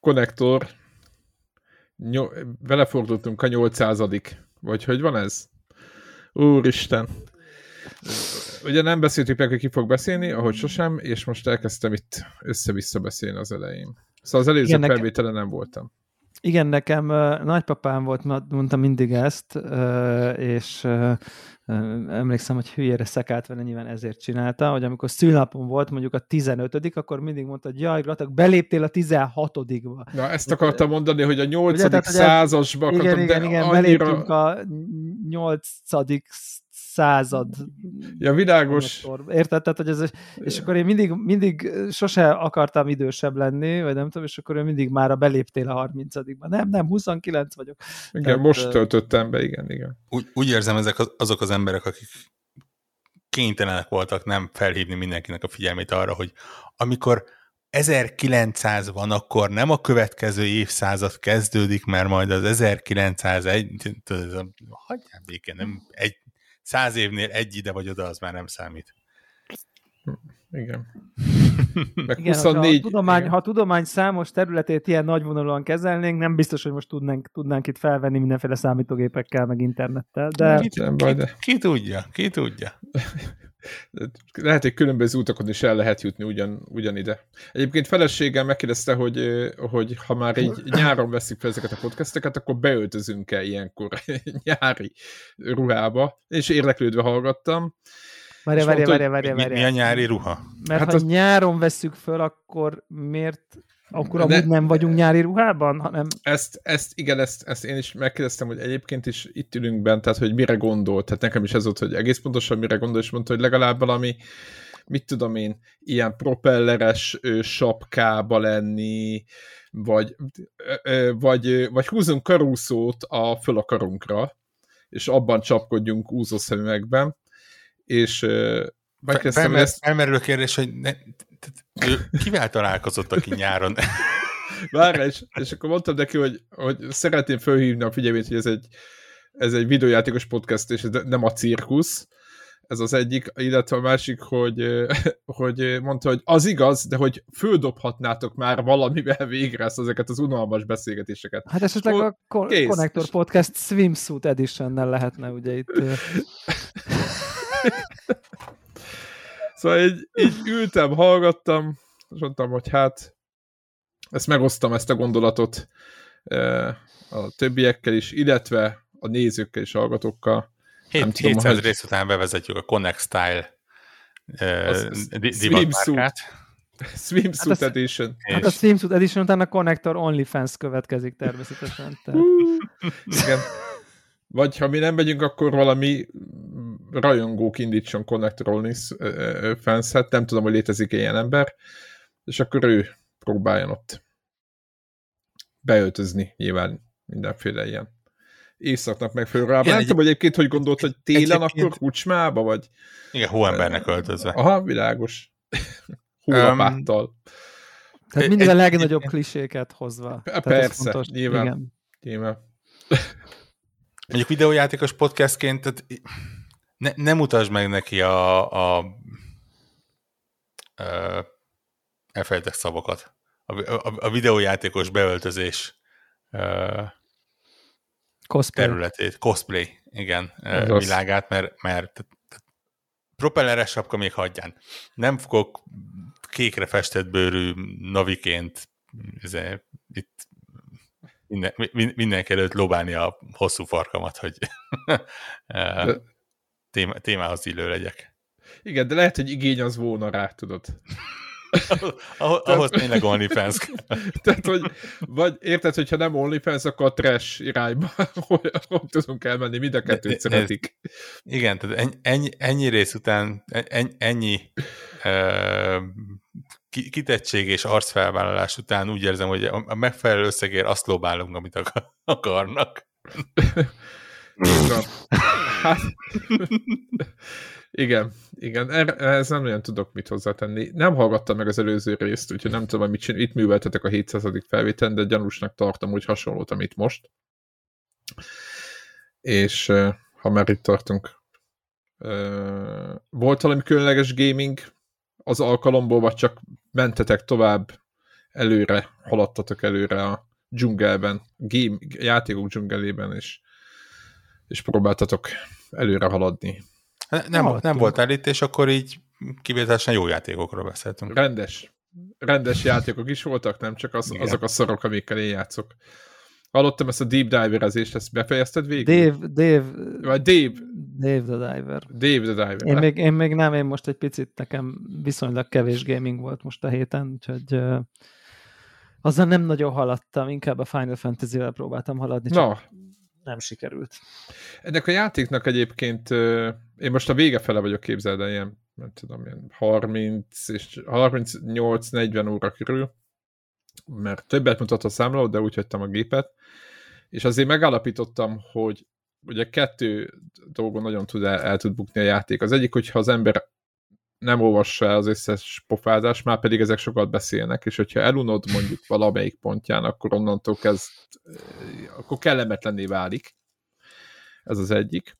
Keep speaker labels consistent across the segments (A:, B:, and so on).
A: konnektor, vele fordultunk a 800. Vagy hogy van ez? Úristen! Ugye nem beszéltük meg, hogy ki fog beszélni, ahogy sosem, és most elkezdtem itt össze-vissza beszélni az elején. Szóval az előző felvételen nem voltam.
B: Igen, nekem nagypapám volt, mondta mindig ezt, és emlékszem, hogy hülyére szekált vele, nyilván ezért csinálta, hogy amikor szülnapom volt, mondjuk a 15., akkor mindig mondta, hogy jaj, gratulálok, beléptél a 16-ba.
A: Na, ezt akartam mondani, hogy a 8. százasba akartam,
B: igen, beléptünk a 8. század.
A: Ja, világos.
B: Érted? Tehát, hogy ez, és akkor én mindig sose akartam idősebb lenni, vagy nem tudom, és akkor én mindig már beléptél a 30-ba. Nem, 29 vagyok.
A: Igen, tehát, most töltöttem be, igen.
C: Úgy érzem, ezek azok az emberek, akik kénytelenek voltak nem felhívni mindenkinek a figyelmét arra, hogy amikor 1900 van, akkor nem a következő évszázad kezdődik, mert majd az 1901, hagyjál békén, nem 100 évnél egy ide vagy oda, az már nem számít.
A: Igen.
B: Meg igen, 24... ha a tudomány számos területét ilyen nagyvonalúan kezelnénk, nem biztos, hogy most tudnánk itt felvenni mindenféle számítógépekkel, meg internettel. De...
C: Ki tudja.
A: Lehet, hogy különböző útokon is el lehet jutni ugyanide. Egyébként feleségem megkérdezte, hogy ha már így nyáron veszik fel ezeket a podcasteket, akkor beöltözünk-e ilyenkor nyári ruhába, és érdeklődve hallgattam.
B: Várj.
C: Mi a nyári ruha?
B: Mert hát ha nyáron vesszük föl, akkor miért... Akkor amúgy nem vagyunk nyári ruhában, hanem...
A: Ezt én is megkérdeztem, hogy egyébként is itt ülünk bent, tehát hogy mire gondolt. Tehát nekem is ez volt, hogy egész pontosan mire gondol, és mondta, hogy legalább valami, mit tudom én, ilyen propelleres sapkába lenni, vagy húzunk karúszót föl a karunkra, és abban csapkodjunk úzószemüvegben, és megkezdtem, hogy ezt...
C: Felmerül a kérdés, hogy kivel találkozott, aki nyáron?
A: Várj, és akkor mondtam neki, hogy szeretném felhívni a figyelmét, hogy ez egy videójátékos podcast, és ez nem a cirkusz. Ez az egyik, illetve a másik, hogy mondta, hogy az igaz, de hogy földobhatnátok már valamivel végre ezeket az unalmas beszélgetéseket.
B: Hát esetleg a Konnektor Podcast Swimsuit Edition-nel lehetne ugye itt...
A: Szóval így ültem, hallgattam, és mondtam, hogy hát ezt megosztam, ezt a gondolatot a többiekkel is, illetve a nézőkkel és hallgatókkal.
C: 700 rész után bevezetjük a Connect Style divatmárkát.
A: Swimsuit Edition.
B: Hát a Swimsuit Edition után a Konnektor OnlyFans következik természetesen.
A: Igen. Vagy ha mi nem megyünk, akkor valami rajongók indítson Konnektor OnlyFans-et, nem tudom, hogy létezik ilyen ember, és akkor ő próbáljon ott beöltözni, nyilván mindenféle ilyen éjszaknak megfelelő rába. Nem tudom, hogy egyébként, hogy gondolt, hogy télen akkor kucsmába, vagy...
C: Igen, hóembernek öltözve.
A: Aha, világos. Hólapáttal.
B: Tehát mindig a legnagyobb kliséket hozva.
A: Persze, nyilván.
C: Mondjuk videójátékos podcastként, tehát nem utasd meg neki elfelejtek szavakat. A videójátékos beöltözés területét. Cosplay, igen, világát, mert propelleres sapka még hagyján. Nem fogok kékre festett bőrű naviként itt mindenki előtt lobálni a hosszú farkamat, hogy témához illő legyek.
A: Igen, de lehet, hogy igény az volna rá, tudod.
C: Ahhoz tényleg OnlyFans.
A: Tehát, hogy vagy érted, hogyha nem OnlyFans, akkor a trash irányba, hogy tudunk elmenni, mind a kettőt szeretik.
C: Igen, tehát ennyi rész után, ennyi kitettség és arcfelvállalás után úgy érzem, hogy a megfelelő összegért azt lobálunk, amit akarnak.
A: Hát, igen. Ez nem olyan tudok mit hozzátenni. Nem hallgattam meg az előző részt, úgyhogy nem tudom, mit csinál. Itt műveltetek a 700. felvételen, de gyanúsnak tartom, hogy hasonlót, amit most. És ha már itt tartunk, volt valami különleges gaming az alkalomból, vagy csak mentetek tovább előre haladtatok előre a dzsungelben, játékok dzsungelében, és próbáltatok előre haladni.
C: Nem volt elit, és akkor így kivételesen jó játékokról beszéltünk.
A: Rendes játékok is voltak, nem csak azok a szarok, amikkel én játszok. Hallottam ezt a Deep Diver-ezést, ezt befejezted végig?
B: Dave
A: the
B: Diver.
A: Dave the Diver.
B: Én még nem, én most egy picit, nekem viszonylag kevés gaming volt most a héten, úgyhogy azzal nem nagyon haladtam, inkább a Final Fantasy-vel próbáltam haladni, csak nem sikerült.
A: Ennek a játéknak egyébként, én most a vége fele vagyok, képzeld el, ilyen, nem tudom, ilyen 38-40 óra körül, mert többet mutat a számló, de úgy hagytam a gépet, és azért megállapítottam, hogy ugye 2 dolgon nagyon el tud bukni a játék. Az egyik, hogyha az ember nem olvassa el az összes pofázást, már pedig ezek sokat beszélnek, és hogyha elunod mondjuk valamelyik pontján, akkor onnantól akkor kellemetlenné válik. Ez az egyik.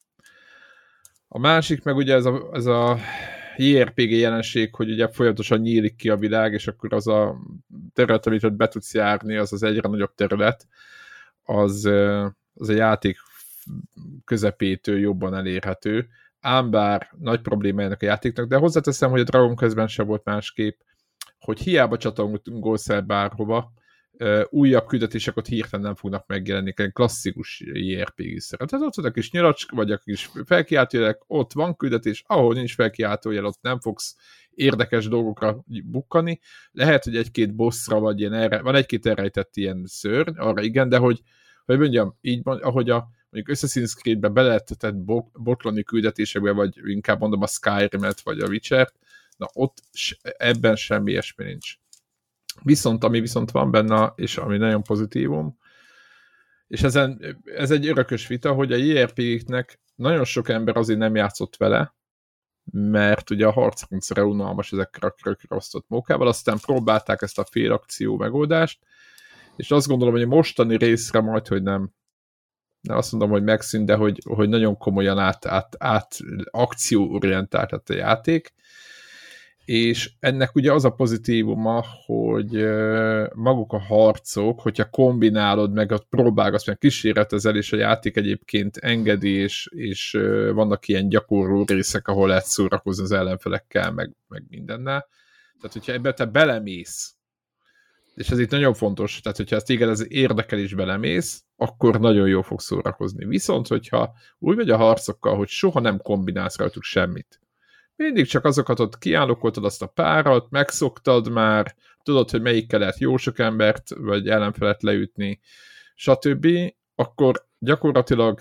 A: A másik meg ugye ez a JRPG jelenség, hogy ugye folyamatosan nyílik ki a világ, és akkor az a terület, amit ott be tudsz járni, az egyre nagyobb terület, az a játék közepétől jobban elérhető. Ám bár nagy probléma ennek a játéknak, de hozzáteszem, hogy a Dragon Quest-ben sem volt másképp, hogy hiába csatolgolsz el bárhova, újabb küldetések ott hirtelen nem fognak megjelenni, egy klasszikus JRPG-szer. Tehát ott a kis nyilacsk, vagy a kis felkiáltójelek, ott van küldetés, ahol nincs felkiáltójel, ott nem fogsz érdekes dolgokra bukkani. Lehet, hogy egy-két bosszra, vagy ilyen van egy-két elrejtett ilyen szörny, arra igen, de hogy mondjam, így van, ahogy mondjuk Assassin's Creed-be be lehetett botlani küldetésekbe, vagy inkább mondom a Skyrim-et, vagy a Witcher-t, na ott ebben semmi ilyesmi nincs. Viszont, ami viszont van benne, és ami nagyon pozitívum, és ez egy örökös vita, hogy a JRPG-knek nagyon sok ember azért nem játszott vele, mert ugye a harcrendszere unalmas ezekkel a körökre osztott mókával, aztán próbálták ezt a félakció megoldást, és azt gondolom, hogy a mostani részre majd, hogy nem azt mondom, hogy megszűnt, de hogy nagyon komolyan át akcióorientált lett a játék, és ennek ugye az a pozitívuma, hogy maguk a harcok, hogyha kombinálod, meg ott próbálgatsz, meg kísérletezel, és a játék egyébként engedi, és vannak ilyen gyakorló részek, ahol lehet szórakozni az ellenfelekkel, meg mindennel. Tehát, hogyha ebben te belemész, és ez itt nagyon fontos, tehát hogyha ezt téged ez érdekel is belemész, akkor nagyon jól fog szórakozni. Viszont, hogyha úgy vagy a harcokkal, hogy soha nem kombinálsz rajtuk semmit, mindig csak azokat ott kiállokoltad azt a párat, megszoktad már, tudod, hogy melyikkel lehet jó sok embert, vagy ellenfelet leütni, stb., akkor gyakorlatilag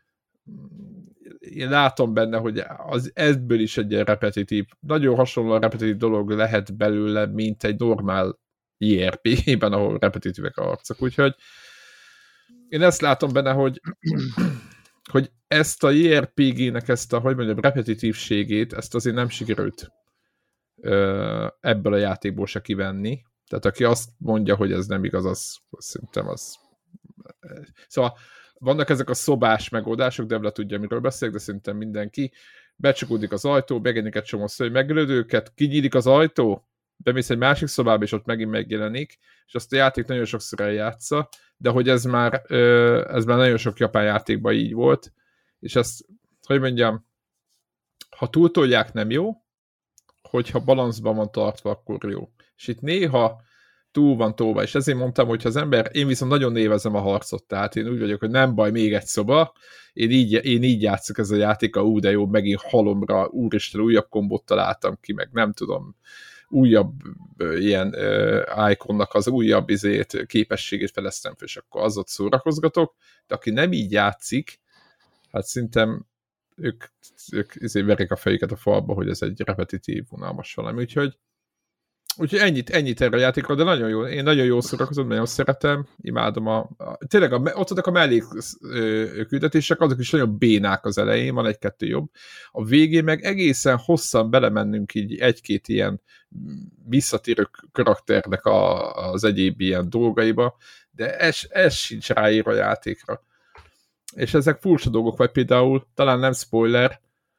A: én látom benne, hogy ebből is egy repetitív, nagyon hasonló repetitív dolog lehet belőle, mint egy normál JRPG-ben, ahol repetitívek a harcok. Úgyhogy én ezt látom benne, hogy ezt a JRPG-nek ezt a, hogy mondjam, repetitívségét, ezt azért nem sikerült ebből a játékból se kivenni. Tehát aki azt mondja, hogy ez nem igaz, az szerintem az... Szóval vannak ezek a szobás megoldások, Devla tudja, miről beszélek, de szerintem mindenki. Becsukódik az ajtó, megjelenik egy csomó szörny, megölöd őket, kinyílik az ajtó, bemész egy másik szobába, és ott megint megjelenik, és azt a játék nagyon sokszor eljátsza, de hogy ez már nagyon sok japán játékban így volt, és ezt, hogy mondjam, ha túltolják, nem jó, hogyha balanszban van tartva, akkor jó. És itt néha túl van tolva, és ezért mondtam, hogy az ember, én viszont nagyon névezem a harcot, tehát én úgy vagyok, hogy nem baj, még egy szoba, én így játszok ez a játék, de jó, megint halomra, úristen, újabb kombot találtam ki, meg nem tudom, újabb ilyen iconnak az újabb képességét feleztem fel, és akkor az ott szórakozgatok, de aki nem így játszik, hát szerintem ők verik a fejüket a falba, hogy ez egy repetitív, unalmas valami, úgyhogy ennyit erre a játékra, de nagyon jó, én nagyon jól szórakozom, nagyon szeretem, imádom tényleg ott vannak a mellék küldetések, azok is nagyon bénák az elején, van egy-kettő jobb. A végén meg egészen hosszan belemennünk így egy-két ilyen visszatérő karakternek az egyéb ilyen dolgaiba, de ez sincs ráírva a játékra. És ezek furcsa dolgok, vagy például, talán nem spoiler,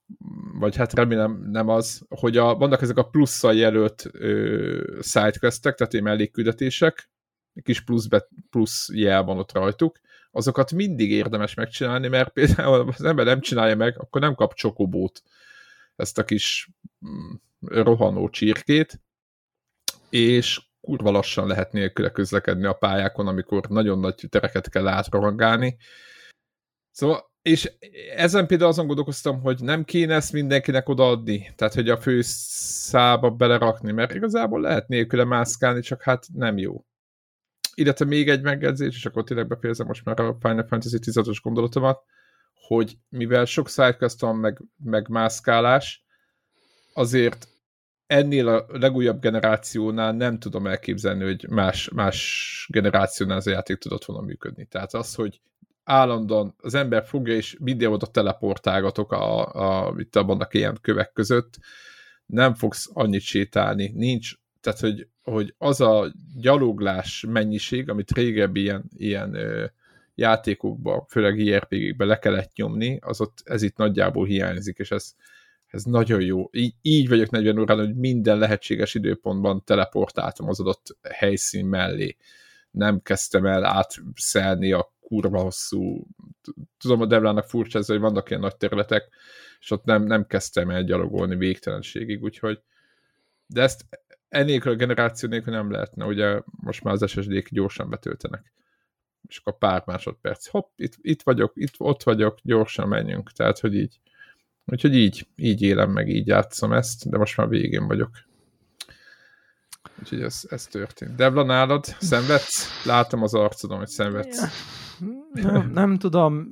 A: vagy hát remélem nem az, hogy vannak ezek a plusszal jelölt sidequestek, tehát ilyen mellékküldetések, kis plusz jel van ott rajtuk, azokat mindig érdemes megcsinálni, mert például az ember nem csinálja meg, akkor nem kap csokobót, ezt a kis rohanó csirkét, és kurva lassan lehet nélküle közlekedni a pályákon, amikor nagyon nagy tereket kell átrohangálni. Szóval, és ezen például azon gondolkoztam, hogy nem kéne ezt mindenkinek odaadni, tehát hogy a főszába belerakni, mert igazából lehet nélküle mászkálni, csak hát nem jó. Illetve még egy megjegyzés, és akkor tényleg befejezem most már a Final Fantasy 16-os gondolatomat, hogy mivel sok sidequest van, meg mászkálás, azért ennél a legújabb generációnál nem tudom elképzelni, hogy más generációnál ez a játék tudott volna működni. Tehát az, hogy állandóan az ember fogja, és minden oda teleportálgatok itt vannak ilyen kövek között, nem fogsz annyit sétálni, nincs, tehát hogy az a gyaloglás mennyiség, amit régebbi ilyen játékokban, főleg JRPG-kben le kellett nyomni, ez itt nagyjából hiányzik, és ez nagyon jó. Így vagyok 40 órán, hogy minden lehetséges időpontban teleportáltam az adott helyszín mellé. Nem kezdtem el átszelni a kurva hosszú... Tudom, a Devlának furcsa ez, hogy vannak ilyen nagy területek, és ott nem kezdtem el gyalogolni végtelenségig, úgyhogy... De ezt ennélkül a generáció nélkül nem lehetne, ugye most már az SSD-k gyorsan betöltenek. És akkor pár másodperc. Hopp, itt vagyok, ott vagyok, gyorsan menjünk. Tehát, hogy így. Úgyhogy így élem meg, így játszom ezt, de most már végén vagyok. Úgyhogy ez történt. Devla, nálad szenvedsz? Látom az arcodon, hogy szenvedsz.
B: Nem tudom,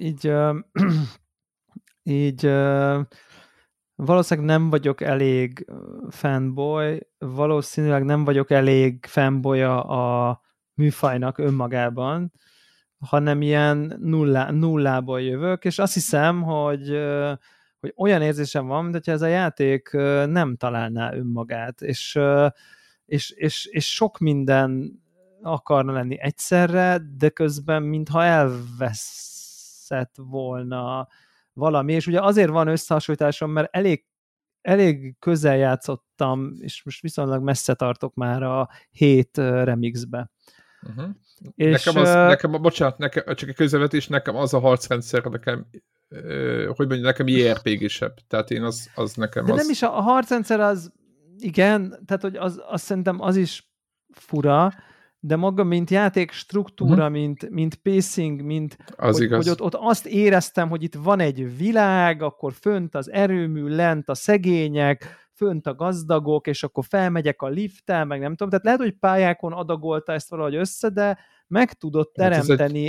B: így valószínűleg nem vagyok elég fanboy, valószínűleg nem vagyok elég fanboy a műfajnak önmagában, hanem ilyen nullából jövök, és azt hiszem, hogy olyan érzésem van, mintha ez a játék nem találná önmagát, és sok minden akarna lenni egyszerre, de közben mintha elveszett volna valami, és ugye azért van összehasonlításom, mert elég közel játszottam, és most viszonylag messze tartok már a 7 remixbe.
A: Uh-huh. És nekem csak egy közvetés, nekem az a harcrendszer, nekem JRPG-sebb. Tehát én az nekem
B: de
A: az...
B: nem is a harcrendszer az, igen, tehát hogy az szerintem az is fura, de maga, mint játék struktúra, mint pacing, hogy ott azt éreztem, hogy itt van egy világ, akkor fönt az erőmű, lent a szegények, fönt a gazdagok, és akkor felmegyek a lifttel, meg nem tudom. Tehát lehet, hogy pályákon adagolta ezt valahogy össze, de meg tudott teremteni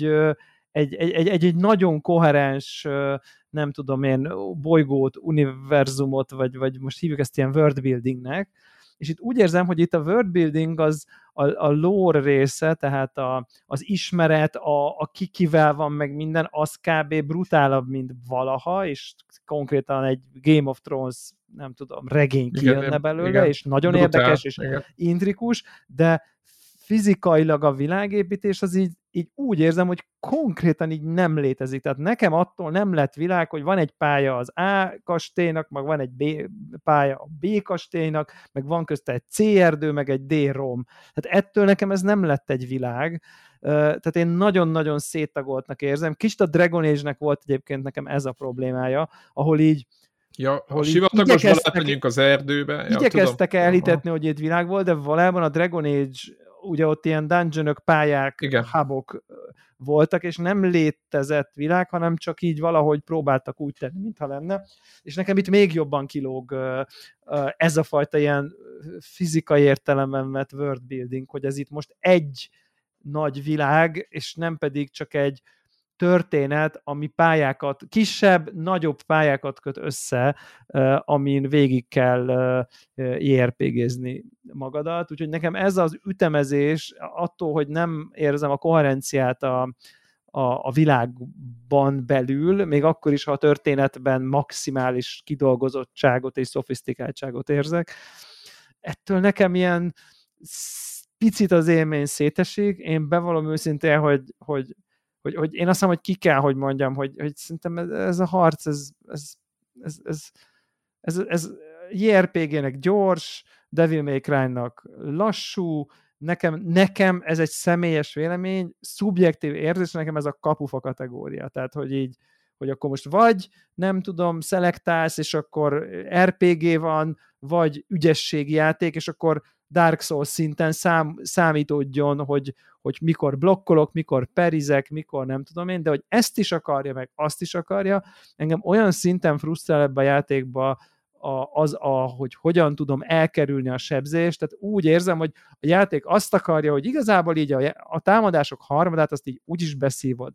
B: egy nagyon koherens, nem tudom én, bolygót, univerzumot, vagy most hívjuk ezt ilyen worldbuildingnek, és itt úgy érzem, hogy itt a worldbuilding az a lore része, tehát az ismeret, a kikivel van meg minden, az kb. Brutálabb, mint valaha, és konkrétan egy Game of Thrones, nem tudom, regény kijönne belőle, igen, és nagyon brutál, érdekes, és intrikus, de fizikailag a világépítés az így úgy érzem, hogy konkrétan így nem létezik. Tehát nekem attól nem lett világ, hogy van egy pálya az A kastélynak, meg van egy pálya a B kastélynak, meg van közte egy C erdő, meg egy D rom. Tehát ettől nekem ez nem lett egy világ. Tehát én nagyon-nagyon széttagoltnak érzem. Kicsit a Dragon Age-nek volt egyébként nekem ez a problémája, ahol így
A: a sivatagosban átmegyünk az erdőbe.
B: Igyekeztek elhitetni, hogy itt világ volt, de valójában a Dragon Age, ugye ott ilyen dungeonök, pályák, hubok voltak, és nem létezett világ, hanem csak így valahogy próbáltak úgy tenni, mintha lenne. És nekem itt még jobban kilóg ez a fajta ilyen fizikai értelemben vett worldbuilding, hogy ez itt most egy nagy világ, és nem pedig csak egy történet, ami pályákat, kisebb, nagyobb pályákat köt össze, amin végig kell JRPG-zni magadat. Úgyhogy nekem ez az ütemezés, attól, hogy nem érzem a koherenciát a világban belül, még akkor is, ha a történetben maximális kidolgozottságot és szofisztikáltságot érzek, ettől nekem ilyen picit az élmény szétesik. Én bevallom őszintén, hogy én azt hiszem, hogy ki kell, hogy mondjam, hogy szerintem ez a harc, ez ez JRPG-nek gyors, Devil May Cry-nak lassú, nekem ez egy személyes vélemény, szubjektív érzés, nekem ez a kapufa kategória. Tehát, hogy így, hogy akkor most vagy, nem tudom, szelektálsz, és akkor RPG van, vagy ügyességi játék, és akkor Dark Souls szinten számítódjon, hogy mikor blokkolok, mikor perizek, mikor nem tudom én, de hogy ezt is akarja, meg azt is akarja, engem olyan szinten frusztrál ebbe a játékba hogy hogyan tudom elkerülni a sebzést, tehát úgy érzem, hogy a játék azt akarja, hogy igazából így a támadások harmadát azt így úgyis beszívod.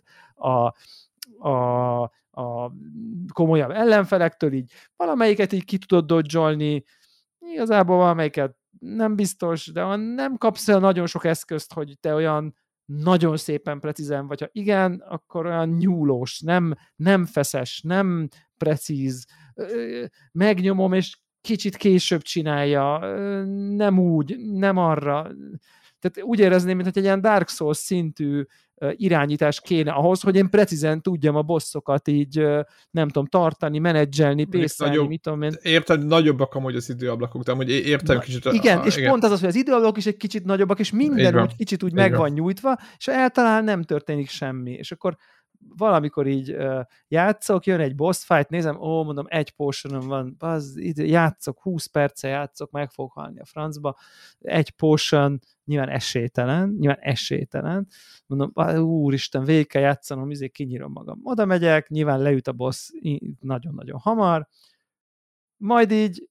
B: A komolyabb ellenfelektől így valamelyiket így ki tudod dodge-olni, igazából valamelyiket nem biztos, de nem kapsz el nagyon sok eszközt, hogy te olyan nagyon szépen precízen vagy. Ha igen, akkor olyan nyúlós, nem feszes, nem precíz, megnyomom, és kicsit később csinálja, nem úgy, nem arra. Tehát úgy érezném, mintha egy ilyen Dark Souls szintű irányítás kéne ahhoz, hogy én precízen tudjam a bosszokat így, nem tudom, tartani, menedzselni, pészelni, mit tudom én.
A: Érted, nagyobbak amúgy az időablakok, de amúgy értem kicsit.
B: Igen, és igen. Pont az, hogy az időablakok is egy kicsit nagyobbak, és minden úgy kicsit úgy meg van nyújtva, és eltalán nem történik semmi. És akkor valamikor így játszok, jön egy boss fight, nézem, mondom, egy potionom van, játszok, 20 perce játszok, meg fog halni a francba, egy potion, nyilván esélytelen, mondom, úristen, végig kell játszanom, kinyírom magam. Oda megyek, nyilván leüt a boss nagyon-nagyon hamar, majd így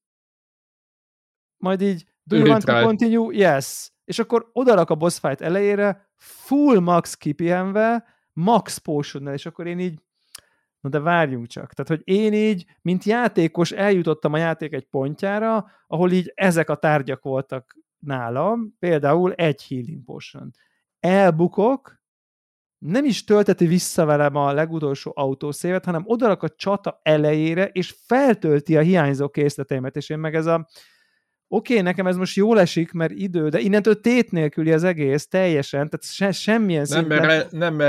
B: do you want to continue? Yes. És akkor odarak a boss fight elejére, full max kipihenve, max potionnal, és akkor én így, de várjunk csak. Tehát, hogy én így, mint játékos eljutottam a játék egy pontjára, ahol így ezek a tárgyak voltak nálam, például egy healing potion. Elbukok, nem is tölteti vissza velem a legutolsó autószévet, hanem odarak a csata elejére, és feltölti a hiányzó készleteimet, és én meg ez oké, nekem ez most jól esik, mert idő, de innentől tét nélküli az egész teljesen, tehát semmilyen szinten...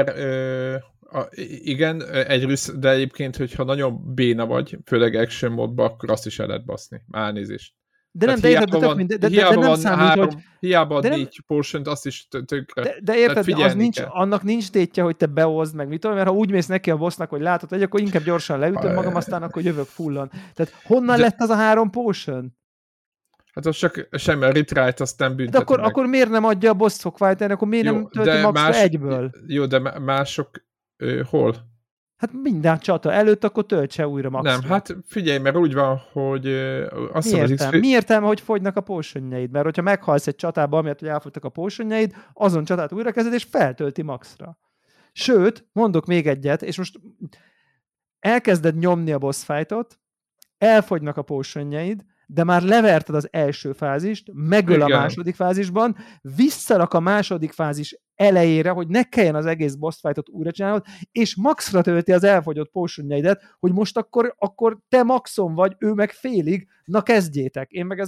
A: Igen, egyrészt, de egyébként, hogyha nagyon béna vagy, főleg action módban, akkor azt is el lehet baszni. Elnézést.
B: De nem, de érted, de nem számít, hogy...
A: Hiába ad 4 portion-t, azt is tökre...
B: De érted, annak nincs tétje, hogy te beozd meg, mit tudom, mert ha úgy mész neki a bossnak, hogy látod, hogy akkor inkább gyorsan leütöm magam, aztán akkor jövök fullan. Tehát honnan lett az a 3 potion?
A: Hát az csak semmi, a retry-t azt nem bünteti
B: meg. Akkor miért nem adja a boss fighternek, akkor miért nem tölti maxra egyből?
A: Jó, de mások hol?
B: Hát minden csata előtt, akkor töltse újra maxra.
A: Nem, hát figyelj, mert úgy van, hogy
B: mi értelme, hogy fogynak a potionjeid? Mert hogyha meghalsz egy csatában, amiatt, hogy elfogytak a potionjeid, azon csatát újra kezded, és feltölti maxra. Sőt, mondok még egyet, és most elkezded nyomni a boss fightot, elfogynak a potionjeid, de már leverted az első fázist, megöl a második fázisban, visszarak a második fázis elejére, hogy ne kelljen az egész boss fightot újra csinálnod, és maxra tölti az elfogyott potionjaidet, hogy most akkor te maxon vagy, ő meg félig, na kezdjétek. Én meg ez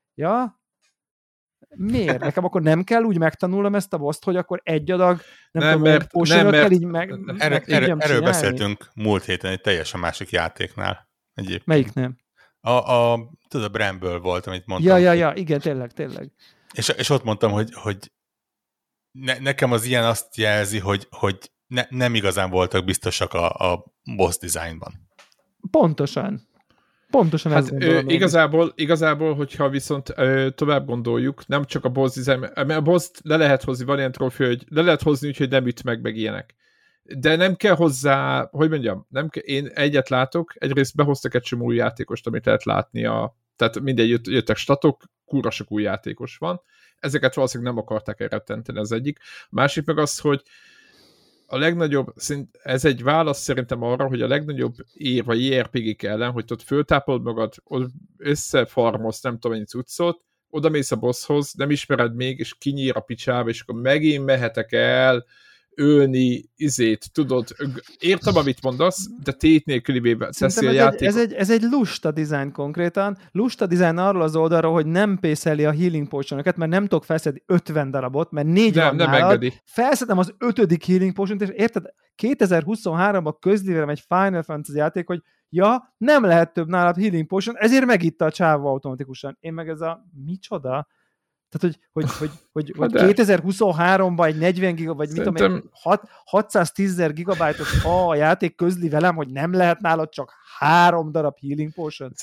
B: miért? Nekem akkor nem kell úgy megtanulnom ezt a boss-t, hogy akkor egy adag, potionokkal így
C: erről beszéltünk múlt héten egy teljesen másik játéknál. Egyébként.
B: Melyiknél?
C: Tudod, a Bramble volt, amit mondtam.
B: Ja, igen, tényleg.
C: És ott mondtam, hogy nekem az ilyen azt jelzi, hogy nem igazán voltak biztosak a boss designban.
B: Pontosan
A: hát, igazából, hogyha viszont tovább gondoljuk, nem csak a boss design, mert a boss-t le lehet hozni, van ilyen trófea, hogy le lehet hozni úgy, hogy nem üt meg ilyenek. De nem kell hozzá, hogy mondjam, én egyet látok, egyrészt behoztak egy csomó új játékost, amit lehet látni, tehát mindegy jöttek statok, kurva sok új játékos van, ezeket valószínűleg nem akarták elrettenteni, az egyik. A másik meg az, hogy a legnagyobb, ez egy válasz szerintem arra, hogy a legnagyobb vagy JRPG-k ellen, hogy ott föltápolod magad, összefarmolsz, nem tudom, ennyi cuccot, oda mész a bosshoz, nem ismered még, és kinyír a picsába, és akkor megint mehetek el, ölni, tudod, értem, amit mondasz, de tét nélkülivé teszi a játékot.
B: Ez egy lusta design konkrétan. Lusta design arról az oldalról, hogy nem pészeli a healing potionokat, mert nem tudok felszedni 50 darabot, mert 4 van nálad. Engedi. Felszedem az 5. healing potion-t, és érted, 2023-ban közli velem egy Final Fantasy játék, hogy ja, nem lehet több nálad healing potion, ezért megitta a csávó automatikusan. Én meg ez a micsoda? Tehát, hogy 2023-ban egy 40 giga, vagy mit tudom én, 610 gigabájtos a játék közli velem, hogy nem lehet nálad csak 3 darab healing potion.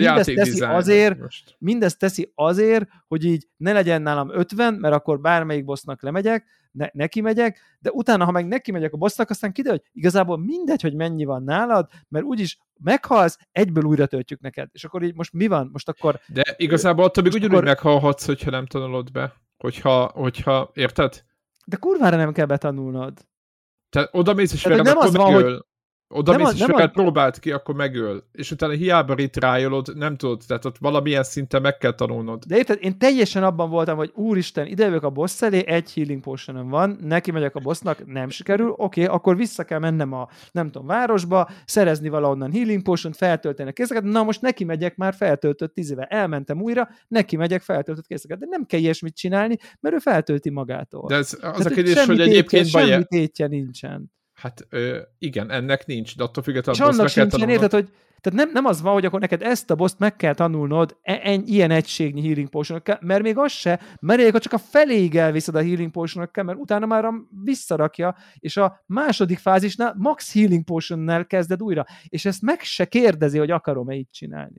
B: Mindezt teszi azért, hogy így ne legyen nálam 50, mert akkor bármelyik bossnak lemegyek, neki megyek, de utána, ha meg neki megyek a bossnak, aztán kiderül, hogy igazából mindegy, hogy mennyi van nálad, mert úgyis meghalsz, egyből újra töltjük neked. És akkor így most mi van? Most akkor...
A: De igazából attól még ugyanúgy meghalhatsz, hogyha nem tanulod be. Hogyha érted?
B: De kurvára nem kell betanulnod.
A: Te odamész és velem, akkor megöl. Odamész és veled próbáld ki, akkor megöl. És utána hiába ritrájolod, nem tudod, tehát ott valamilyen szinten meg kell tanulnod.
B: De érted, én teljesen abban voltam, hogy úristen, idejövök a boss elé, egy healing potionom van, neki megyek a bossnak, nem sikerül, oké, akkor vissza kell mennem a, nem tudom, városba, szerezni valahonnan healing potion-t, feltölteni a készeket, na most neki megyek már feltöltött 10 éve, elmentem újra, neki megyek feltöltött készeket, de nem kell ilyesmit csinálni, mert ő feltölti magától.
A: De ez az a kérdés, hogy egyébként
B: semmi tétje nincsen.
A: Hát igen, ennek nincs, de attól függetlenül
B: a boss meg kell tanulnod. Érted, hogy tehát nem az van, hogy akkor neked ezt a boszt meg kell tanulnod ilyen egységnyi healing potion-okkel, mert még az se, mert csak a feléig elviszed a healing potion-okkel, mert utána már visszarakja, és a második fázisnál max healing potion-nel kezded újra, és ezt meg se kérdezi, hogy akarom-e így csinálni.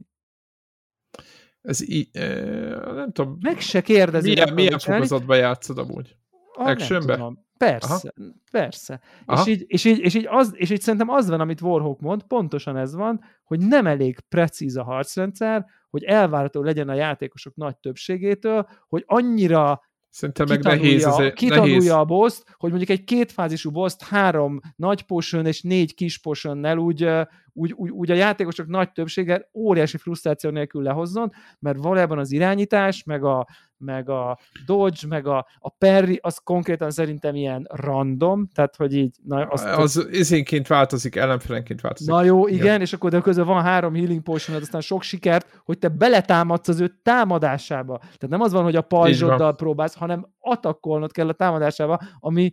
A: Ez nem tudom.
B: Meg se kérdezi.
A: Milyen fokozatban játszod amúgy? Actionbe?
B: Persze. És így szerintem az van, amit Warhawk mond, pontosan ez van, hogy nem elég precíz a harcrendszer, hogy elvárható legyen a játékosok nagy többségétől, hogy annyira
A: szerintem meg kitanulja
B: a boszt, hogy mondjuk egy kétfázisú boszt 3 nagy potion és 4 kis potionnel úgy a játékosok nagy többsége óriási frusztráció nélkül lehozzon, mert valójában az irányítás, meg a dodge, meg a parry, az konkrétan szerintem ilyen random, tehát hogy így...
A: Az izénként változik, ellenfelenként változik.
B: Na jó, igen, és akkor de közben van 3 healing potion, aztán sok sikert, hogy te beletámadsz az ő támadásába. Tehát nem az van, hogy a pajzsoddal próbálsz, hanem atakkolnod kell a támadásába, ami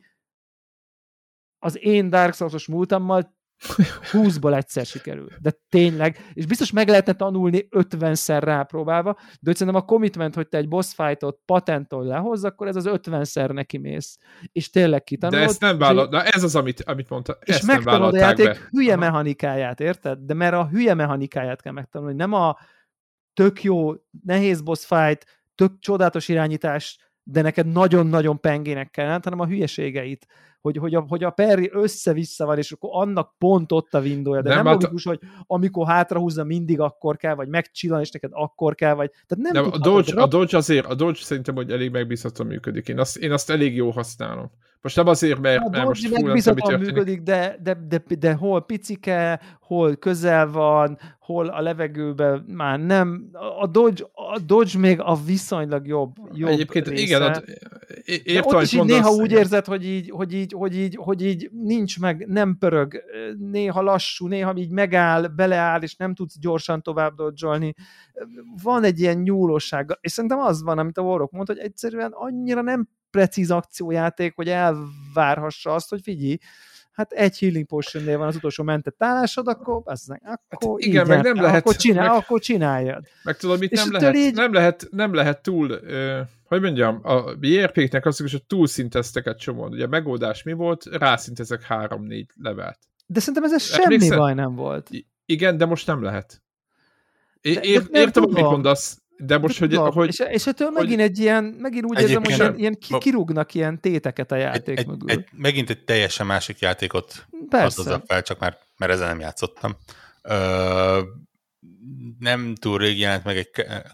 B: az én Dark Souls-os múltammal 20-ból egyszer sikerül. De tényleg, és biztos meg lehetne tanulni 50-szer rápróbálva, de hogy szerintem a commitment, hogy te egy boss fightot patenttól lehozz, akkor ez az 50-szer neki mész. És tényleg kitanulod.
A: De ezt nem na ez az, amit mondta.
B: És megtanulod a játék hülye mechanikáját, érted? De mert a hülye mechanikáját kell megtanulni. Nem a tök jó, nehéz boss fight, tök csodálatos irányítás, de neked nagyon-nagyon pengének kell, hanem a hülyeségeit. Hogy a parry össze-vissza van, és akkor annak pont ott a windowja, de nem logikus, hogy amikor hátrahúzza, mindig akkor kell, vagy megcsillan, és neked akkor kell, vagy... Tehát nem
A: a dodge szerintem, hogy elég megbízhatóan működik. Én azt elég jó használom. Most nem azért, mert most
B: megbízhatóan működik, de hol picike, hol közel van, hol a levegőben már nem. A dodge még a viszonylag jobb
A: egyébként része. Igen,
B: értem, ott is így néha úgy érzed, hogy így nincs meg, nem pörög, néha lassú, néha így megáll, beleáll, és nem tudsz gyorsan tovább dodge-olni. Van egy ilyen nyúlóság, és szerintem az van, amit a Warhawk mondta, hogy egyszerűen annyira nem precíz akciójáték, hogy elvárhassa azt, hogy figyelj, hát egy healing potionnél van az utolsó mentett állásod, akkor
A: igen, meg nem lehet.
B: Akkor csináljad.
A: Meg tudod, mit nem lehet túl, hogy mondjam, a JRPG-nek az, hogy túl szinteztek egy csomóan. Ugye a megoldás mi volt? Rászintezek 3-4 levelt.
B: De szerintem ez semmi baj nem volt.
A: Igen, de most nem lehet. Értem, amit mondasz, de most, hogy
B: és ettől megint egy ilyen, megint úgy érzem, hogy ilyen kirúgnak ilyen téteket a játék mögül.
C: Megint egy teljesen másik játékot adozzak fel, csak mert ezzel nem játszottam. Nem túl rég jelent meg egy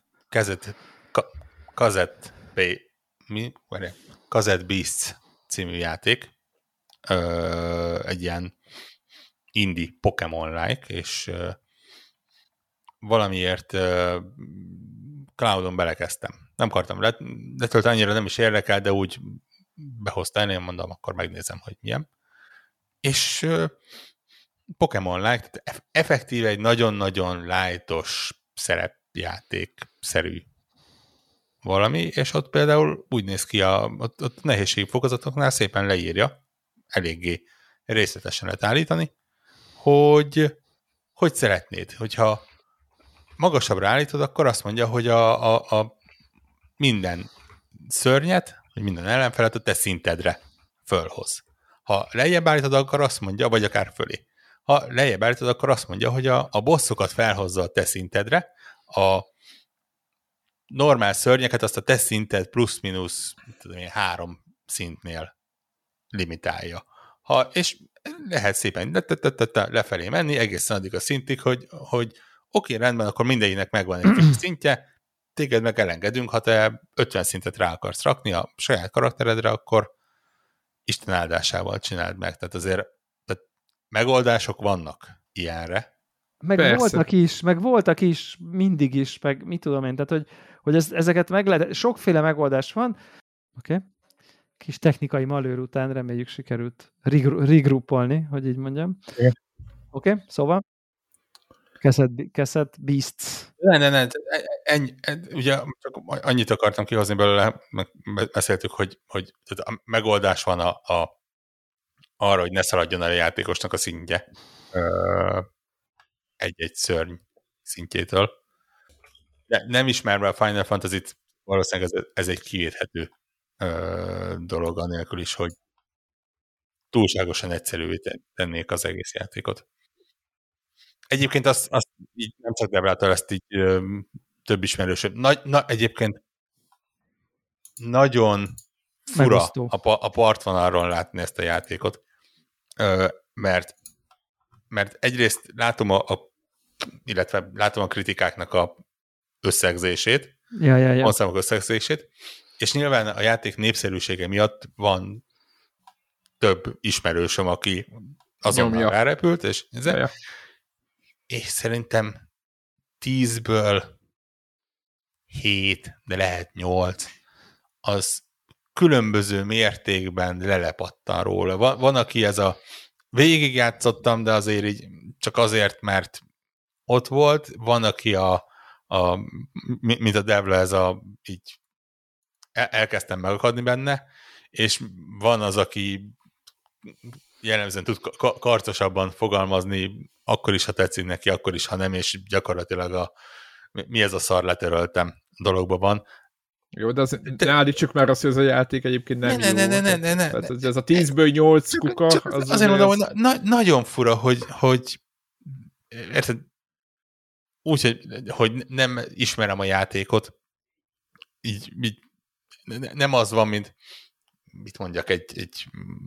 C: Cassette Beasts című játék. Egy ilyen indie Pokémon-like, és valamiért Cloudon belekezdtem. Nem akartam letölteni, annyira nem is érdekel, de úgy behozta, én mondom, akkor megnézem, hogy milyen. És Pokémon-like, tehát effektíve egy nagyon-nagyon lightos szerepjáték-szerű valami, és ott például úgy néz ki, ott nehézségi fokozatoknál szépen leírja, eléggé részletesen lehet állítani, hogy hogy szeretnéd? Hogyha magasabbra állítod, akkor azt mondja, hogy a minden szörnyet, vagy minden ellenfelet a te szintedre fölhoz. Ha lejjebb állítod, akkor azt mondja, vagy akár fölé. Ha lejjebb állítod, akkor azt mondja, hogy a bosszokat felhozza a te szintedre, a normál szörnyeket azt a te szinted plusz-minusz 3 szintnél limitálja. És lehet szépen lefelé menni egészen addig a szintig, hogy oké, rendben, akkor mindegyiknek megvan egy kis szintje, téged meg elengedünk, ha te 50 szintet rá akarsz rakni a saját karakteredre, akkor Isten áldásával csináld meg. Tehát azért megoldások vannak ilyenre.
B: Meg voltak is, mindig is, meg mit tudom én, tehát hogy ezeket meg lehet, sokféle megoldás van. Oké. Kis technikai malőr után reméljük sikerült regroupolni, hogy így mondjam. Oké, szóval Cassette Beasts.
C: Ne. Ugye csak annyit akartam kihozni belőle, beszéltük, hogy a megoldás van arra, hogy ne szaladjon el a játékosnak a szintje egy szörny szintjétől. De nem ismerve a Final Fantasy-t, valószínűleg ez egy kivéthető dolog, anélkül is, hogy túlságosan egyszerűvé tennék az egész játékot. Egyébként azt így nem csak Debrától, ezt így több ismerősöbb. Egyébként nagyon fura a partvonalról látni ezt a játékot, mert egyrészt látom illetve látom a kritikáknak a összegzését, pontszámok összegzését, és nyilván a játék népszerűsége miatt van több ismerősöm, aki azonnal rárepült, és szerintem 10-ből 7, de lehet 8, az különböző mértékben lelepattan róla. Van, aki végigjátszottam, de azért így csak azért, mert ott volt, van, aki mint a Devla, így elkezdtem megakadni benne, és van az, aki jellemzően tud karcosabban fogalmazni, akkor is, ha tetszik neki, akkor is, ha nem, és gyakorlatilag mi ez a szar, letöröltem dologban van.
A: Jó, de ne állítsuk már azt, hogy ez a játék egyébként nem jó. Ne. Tehát ez a 10-ből 8 kuka.
C: Azért mondom, hogy nagyon fura, hogy érted, úgy, hogy nem ismerem a játékot, így nem az van, mint mit mondjak, egy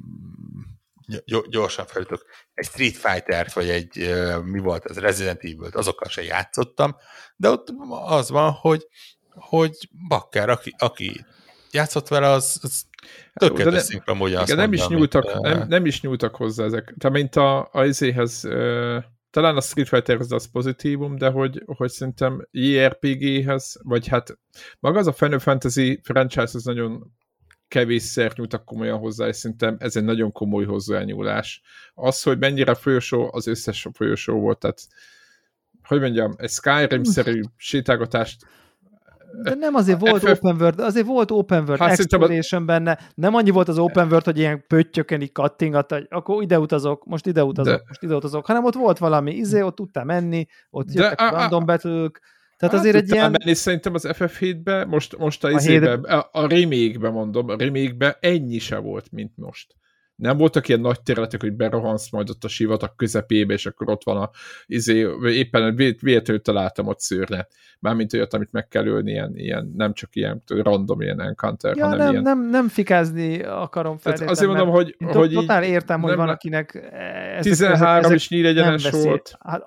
C: gyorsan felütök, egy Street Fighter-t, vagy egy mi volt az Resident Evil-t, azokkal se játszottam, de ott az van, hogy bakker, aki játszott vele, az tökéletes szinkron, azt
A: nem is nyúltak hozzá ezek. Tehát mint izéhez, talán a Street Fighterhez az pozitívum, de hogy szerintem JRPG-hez, vagy hát maga az a Final Fantasy franchise az nagyon kevésszer nyúltak komolyan hozzá, és szerintem ez egy nagyon komoly hozzányúlás. Az, hogy mennyire folyosó, az összes folyosó volt, tehát hogy mondjam, egy Skyrim-szerű sétálgatást.
B: De nem azért volt open world, azért volt open world exploration benne, nem annyi volt az open world, hogy ilyen pöttyöken így kattingat, hogy akkor ide utazok, most ide utazok, hanem ott volt valami, ott tudtál menni, ott jöttek a random battle-ök, tehát azért egy ilyen...
A: menni szerintem az FF7-be, most a remake-be mondom, a remake-be ennyi se volt, mint most. Nem voltak ilyen nagy területek, hogy berohansz majd ott a sivatag közepébe, és akkor ott van éppen véletlenül találtam ott szőrnet. Mármint olyat, amit meg kell ölni, ilyen nem csak ilyen random ilyen encounter,
B: ja,
A: hanem ilyen...
B: Nem fikázni akarom feltétlenül.
A: Azért mondom, hogy
B: totál értem, hogy van, akinek
A: 13 is nyílegyenes volt.
B: Hát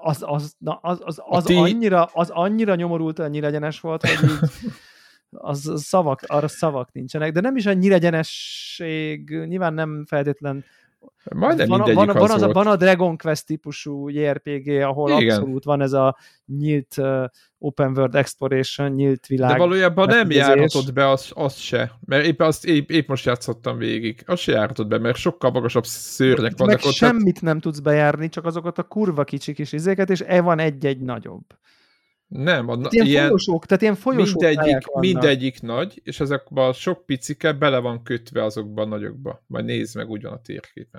B: az annyira nyomorult, hogy nyílegyenes volt, hogy így arra szavak nincsenek, de nem is a nyílegyenesség, nyilván nem feltétlen. Van a Dragon Quest típusú JRPG, ahol abszolút van ez a nyílt open world exploration, nyílt világ.
A: De valójában nem járhatod be azt se, mert épp most játszottam végig. Azt se járhatod be, mert sokkal magasabb szőrnek vannak
B: ott. Semmit nem tudsz bejárni, csak azokat a kurva kicsi kis izéket, és van egy-egy nagyobb.
A: Nem,
B: ilyen folyosók
A: mindegyik nagy, és ezekben sok picike bele van kötve azokban a nagyokba. Majd nézd meg, úgy van a térképen.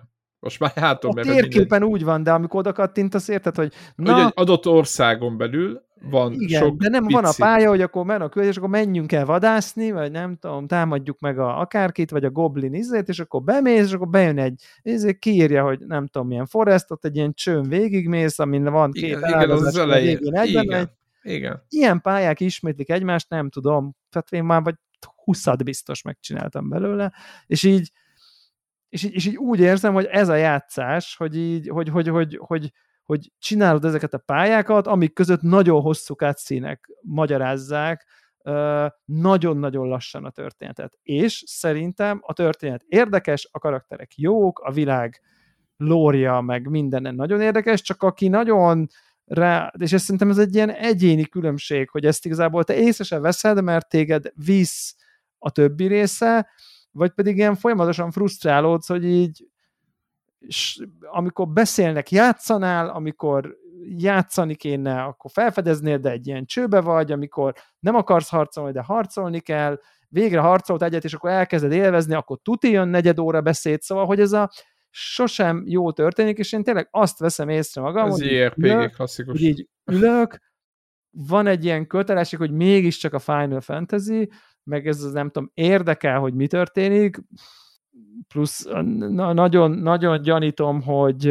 A: Most már látom,
B: a térképen úgy van, de amikor oda kattintasz, érted, hogy
A: hogy egy adott országon belül van
B: igen,
A: sok
B: de nem
A: pici.
B: van a pálya, hogy akkor menj a küldés, és akkor menjünk el vadászni, vagy nem tudom, támadjuk meg akárkit, vagy a goblin izét, és akkor bemész, és akkor bejön egy, kiírja, hogy nem tudom milyen forest, ott egy ilyen csőn végigmész, amin van két
A: az elején. Igen.
B: Ilyen pályák ismétlik egymást, nem tudom, tehát én már vagy 20-at biztos megcsináltam belőle, és így úgy érzem, hogy ez a játszás, hogy így, hogy csinálod ezeket a pályákat, amik között nagyon hosszú cutscene-ek magyarázzák nagyon-nagyon lassan a történetet. És szerintem a történet érdekes, a karakterek jók, a világ lore-ja, meg mindenen nagyon érdekes, csak aki nagyon és ezt szerintem ez egy ilyen egyéni különbség, hogy ezt igazából te észre sem veszed, mert téged visz a többi része, vagy pedig ilyen folyamatosan frusztrálódsz, hogy így amikor beszélnek, játszanál, amikor játszani kéne, akkor felfedeznél, de egy ilyen csőbe vagy, amikor nem akarsz harcolni, de harcolni kell, végre harcolt egyet, és akkor elkezded élvezni, akkor tuti jön negyed óra beszéd, szóval, hogy ez a sosem jó történik, és én tényleg azt veszem észre magam,
A: ez JRPG klasszikus.
B: Hogy így ülök, van egy ilyen kötelesség, hogy mégiscsak a Final Fantasy, meg ez nem tudom, érdekel, hogy mi történik, plusz nagyon, nagyon gyanítom, hogy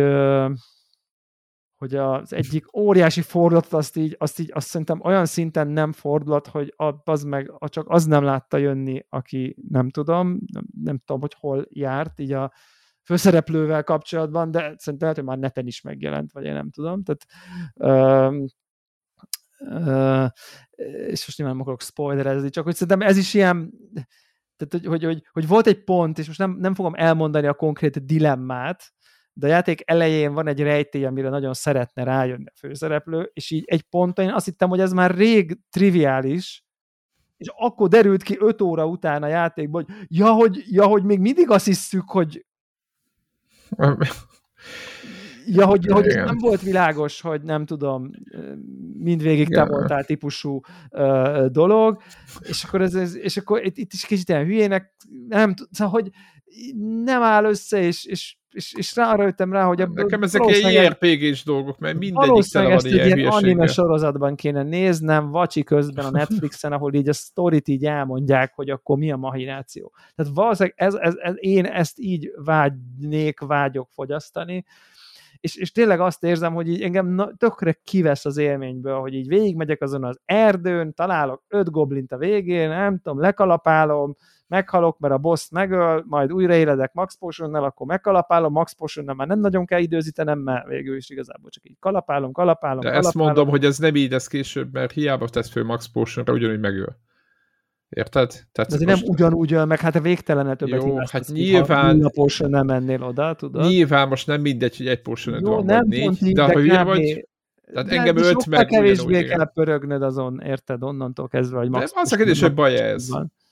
B: az egyik óriási fordulat, azt szerintem olyan szinten nem fordulat, hogy csak az nem látta jönni, aki nem tudom, hogy hol járt, így a főszereplővel kapcsolatban, de szerintem lehet, hogy már neten is megjelent, vagy én nem tudom. Tehát, és most nyilván nem akarok spoilerezni, csak hogy szerintem ez is ilyen, tehát, hogy volt egy pont, és most nem fogom elmondani a konkrét dilemmát, de a játék elején van egy rejtély, amire nagyon szeretne rájönni a főszereplő, és így egy ponton én azt hittem, hogy ez már rég triviális, és akkor derült ki 5 óra után a játékban, hogy hogy még mindig azt hiszük, hogy hogy ez nem volt világos, hogy nem tudom, mindvégig te voltál típusú dolog, és akkor itt is kicsit ilyen hülyének, nem tudom, szóval, hogy nem áll össze, és arra jöttem rá, hogy
A: nekem ezek ilyen JRPG-s dolgok, mert mindegyik tele van ilyen hülyeséggel.
B: Anime sorozatban kéne néznem, vacsi közben a Netflixen, ahol így a sztorit így elmondják, hogy akkor mi a machináció. Tehát valószínűleg én ezt így vágyok fogyasztani, és tényleg azt érzem, hogy így engem tökre kivesz az élményből, hogy így végigmegyek azon az erdőn, találok 5 goblint a végén, nem tudom, lekalapálom, meghalok, mert a boss megöl, majd újraéledek Max Potionnal, akkor megkalapálom, Max Potionnal már nem nagyon kell időzítenem, mert végül is igazából csak így kalapálom.
A: De ezt mondom, hogy ez nem így lesz később, mert hiába tesz föl Max Potionra, ugyanúgy megöl. Érted? Tehát
B: de nem ugyanúgy öl, meg hát a végtelenül többet
A: hívás. Hát nyilván...
B: Ha potion nem mennél oda, tudod?
A: Nyilván most nem mindegy, hogy egy potion van, vagy 4,
B: de
A: ha hülye vagy... Tehát engem 5 meg
B: kevésbé kell pörögnöd azon, érted? Onnantól kezdve, hogy Max
A: Potion. Az a kérdés, hogy baj ez.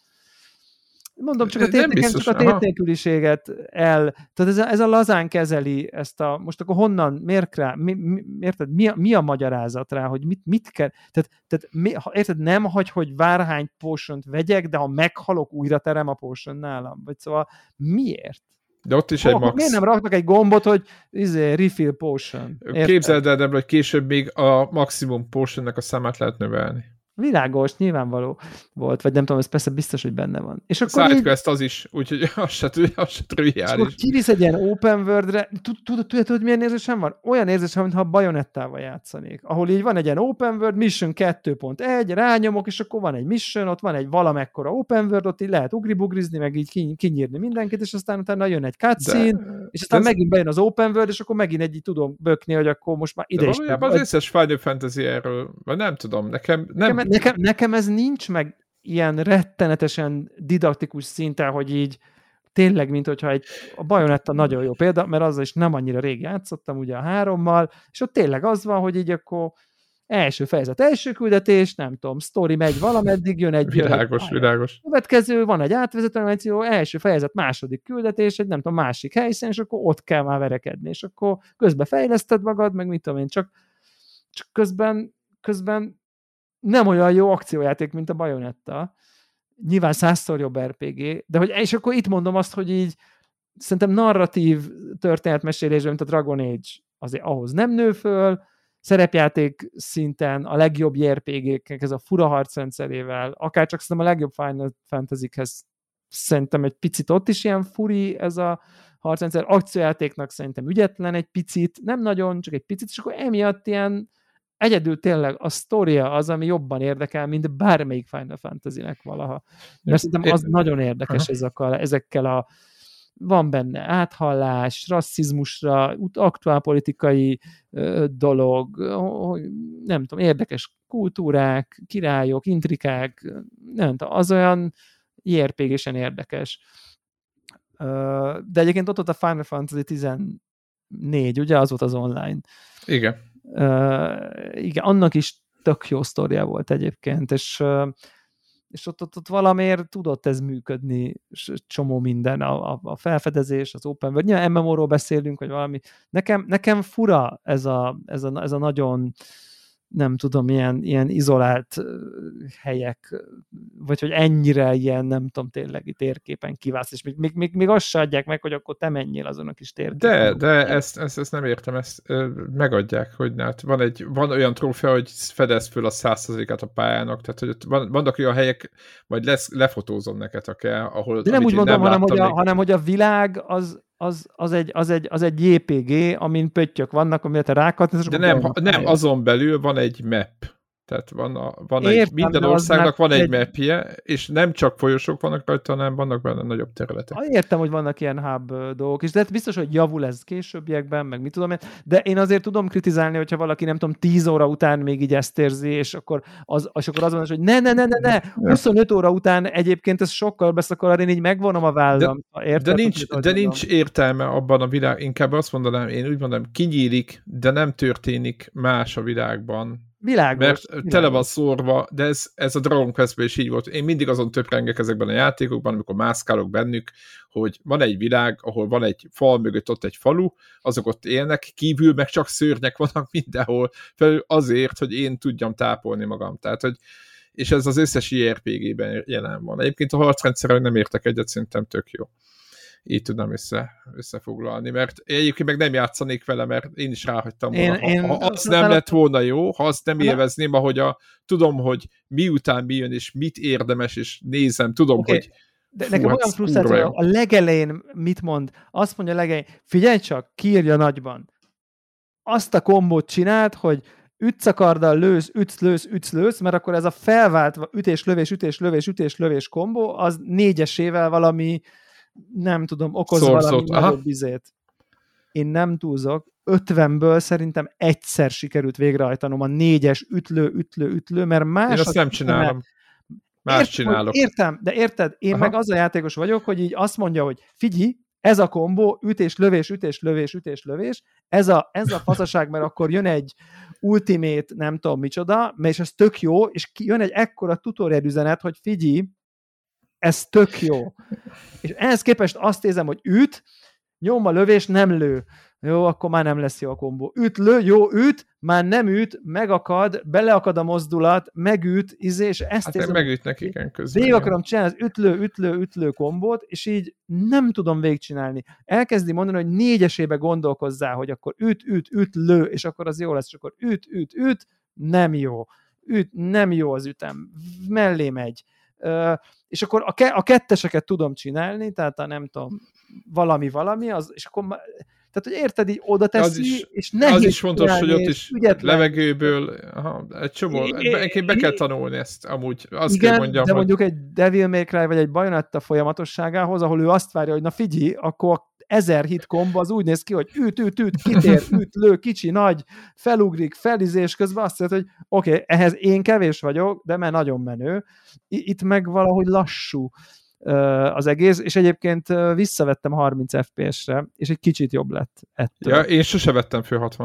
B: Mondom, csak a tétnélküliséget tehát ez a lazán kezeli ezt a, most akkor honnan, érted, mi a magyarázat rá, hogy mit kell, tehát érted, nem hagy, hogy várhány potiont vegyek, de ha meghalok, újra terem a potion nálam, vagy szóval miért?
A: De ott is egy max.
B: Miért nem raknak egy gombot, hogy refill potion?
A: Képzeld el, hogy később még a maximum potionnek a számát lehet növelni.
B: Világos, nyilvánvaló volt, vagy nem tudom, ez persze biztos, hogy benne van. És akkor
A: Sidequest az is, úgyhogy az se triviális.
B: És akkor kivisz egy ilyen open world-re, tudod, milyen érzésem van? Olyan érzésem, mintha Bajonettával játszanék, ahol így van egy ilyen open world, mission 2.1, rányomok, és akkor van egy mission, ott van egy valamekkora open world, ott így lehet ugribugrizni, meg így kinyírni mindenkit, és aztán utána jön egy cutscene, és aztán megint bejön az open world, és akkor megint egy így tudom bökni, hogy akkor most már ide is.
A: Az összes Final Fantasy erről, vagy nem tudom,
B: nekem ez nincs meg ilyen rettenetesen didaktikus szinten, hogy így tényleg, mint hogyha a Bayonetta nagyon jó példa, mert azzal is nem annyira rég játszottam, ugye a 3-mal, és ott tényleg az van, hogy így akkor első fejezet, első küldetés, nem tudom, sztori megy valameddig, jön egy
A: világos.
B: Következő, van egy átvezető animáció, első fejezet, második küldetés, egy nem tudom, másik helyszín, és akkor ott kell már verekedni, és akkor közben fejleszted magad, meg mit tudom én, csak közben nem olyan jó akciójáték, mint a Bayonetta. Nyilván 100-szor jobb RPG, de hogy, és akkor itt mondom azt, hogy így szerintem narratív történetmesélésben, mint a Dragon Age, azért ahhoz nem nő föl, szerepjáték szinten a legjobb JRPG-knek ez a fura harcrendszerével, akár csak szerintem a legjobb Final Fantasy-hez szerintem egy picit ott is ilyen furi ez a harcrendszer, akciójátéknak szerintem ügyetlen egy picit, nem nagyon, csak egy picit, és akkor emiatt ilyen egyedül tényleg a sztoria az, ami jobban érdekel, mint bármelyik Final Fantasy-nek valaha. Mert szerintem az nagyon érdekes ezekkel a van benne áthallás, rasszizmusra, aktuálpolitikai dolog, nem tudom, érdekes kultúrák, királyok, intrikák, nem tudom, az olyan JRPG-sen érdekes. De egyébként ott a Final Fantasy 14, ugye, az volt az online.
A: Igen.
B: Igen, annak is tök jó sztoria volt egyébként, és ott valamiért tudott ez működni, csomó minden, a felfedezés, az open world, nyilván MMO-ról beszélünk, vagy valami. Nekem fura ez a nagyon, nem tudom, ilyen izolált helyek, vagy hogy ennyire ilyen, nem tudom, tényleg térképen kiválsz, és még azt se adják meg, hogy akkor te menjél azon a kis térképen.
A: De ezt nem értem, ezt megadják, hogy van olyan trófea, hogy fedez föl a 100%-át a pályának, tehát hogy ott vannak olyan helyek, majd lefotózom neked, ha kell, ahol...
B: De nem úgy mondom, hanem hogy a világ az egy JPG, amin pöttyök vannak, amire te rákatsz.
A: De nem, azon belül van egy map. Tehát minden országnak van egy mapje, és nem csak folyosók vannak rajta, hanem vannak benne nagyobb területek.
B: Értem, hogy vannak ilyen hub dolgok is, de biztos, hogy javul ez későbbiekben, meg mit tudom én, de én azért tudom kritizálni, hogyha valaki, nem tudom, 10 óra után még így ezt érzi, és akkor az van, hogy ne, 25 óra után egyébként ez sokkal beszakar, én így megvonom a vállam.
A: De nincs értelme abban a világ, inkább azt mondanám, én úgy mondanám, kinyílik, de nem történik más a világban.
B: Világos.
A: Mert tele van szórva, de ez a Dragon Quest-ben is így volt. Én mindig azon töprengek ezekben a játékokban, amikor mászkálok bennük, hogy van egy világ, ahol van egy fal mögött ott egy falu, azok ott élnek, kívül meg csak szörnyek vannak mindenhol, felül azért, hogy én tudjam tápolni magam. Tehát, hogy és ez az összes JRPG-ben jelen van. Egyébként a harcrendszerrel nem értek egyet, szerintem tök jó. Így tudnám összefoglalni, mert egyébként meg nem játszanék vele, mert én is ráhagytam volna. Ha az nem lett volna jó, ha azt nem élvezném, ahogy tudom, hogy miután mi jön, és mit érdemes, és nézem, tudom, hogy
B: de nekem olyan frusztráció, a legelején mit mond? Azt mondja a legelején, figyelj csak, kiírja nagyban. Azt a kombót csinált, hogy ütsz a karddal, lősz, mert akkor ez a felváltva ütés-lövés kombó, az 4-esével valami nem tudom, okoz valami nagyobb izét. Én nem túlzok, 50-ből szerintem egyszer sikerült végrehajtanom a 4-es ütlő, mert más...
A: Én azt nem csinálom. Más csinálok.
B: Értem, de érted, én meg az a játékos vagyok, hogy így azt mondja, hogy figyelj, ez a kombó, ütés-lövés, ez a faszaság, mert akkor jön egy ultimate, nem tudom micsoda, és ez tök jó, és jön egy ekkora tutorial üzenet, hogy figyelj, ez tök jó. És ehhez képest azt érzem, hogy üt, nyom a lövés, nem lő. Jó, akkor már nem lesz jó a kombó. Lő, jó, üt, már nem üt, megakad, beleakad a mozdulat, megüt, és ezt érzem.
A: Megütnek, igen, közben.
B: Végig akarom csinálni az ütlő kombót, és így nem tudom végigcsinálni. Elkezdi mondani, hogy 4-esébe gondolkozzál, hogy akkor üt, lő, és akkor az jó lesz, és akkor üt, nem jó. Nem jó az ütem. Mellé megy. És akkor a ketteseket tudom csinálni, tehát nem tudom, valami, és akkor tehát, hogy érted, így oda teszi, és nehéz
A: az is fontos, hogy ott is
B: ügyetlen.
A: Levegőből, egy csomó, be kell tanulni ezt, amúgy. Azt
B: igen,
A: kell mondjam,
B: de mondjuk egy Devil May Cry, vagy egy Bayonetta folyamatosságához, ahol ő azt várja, hogy na figyelj, akkor 1000 hit kombo az úgy néz ki, hogy üt, kitér, lő, kicsi, nagy, felugrik, felizés közben azt mondja, hogy oké, ehhez én kevés vagyok, de már nagyon menő. Itt meg valahogy lassú az egész, és egyébként visszavettem 30 FPS-re, és egy kicsit jobb lett ettől.
A: Ja, én sose vettem föl 60-ra.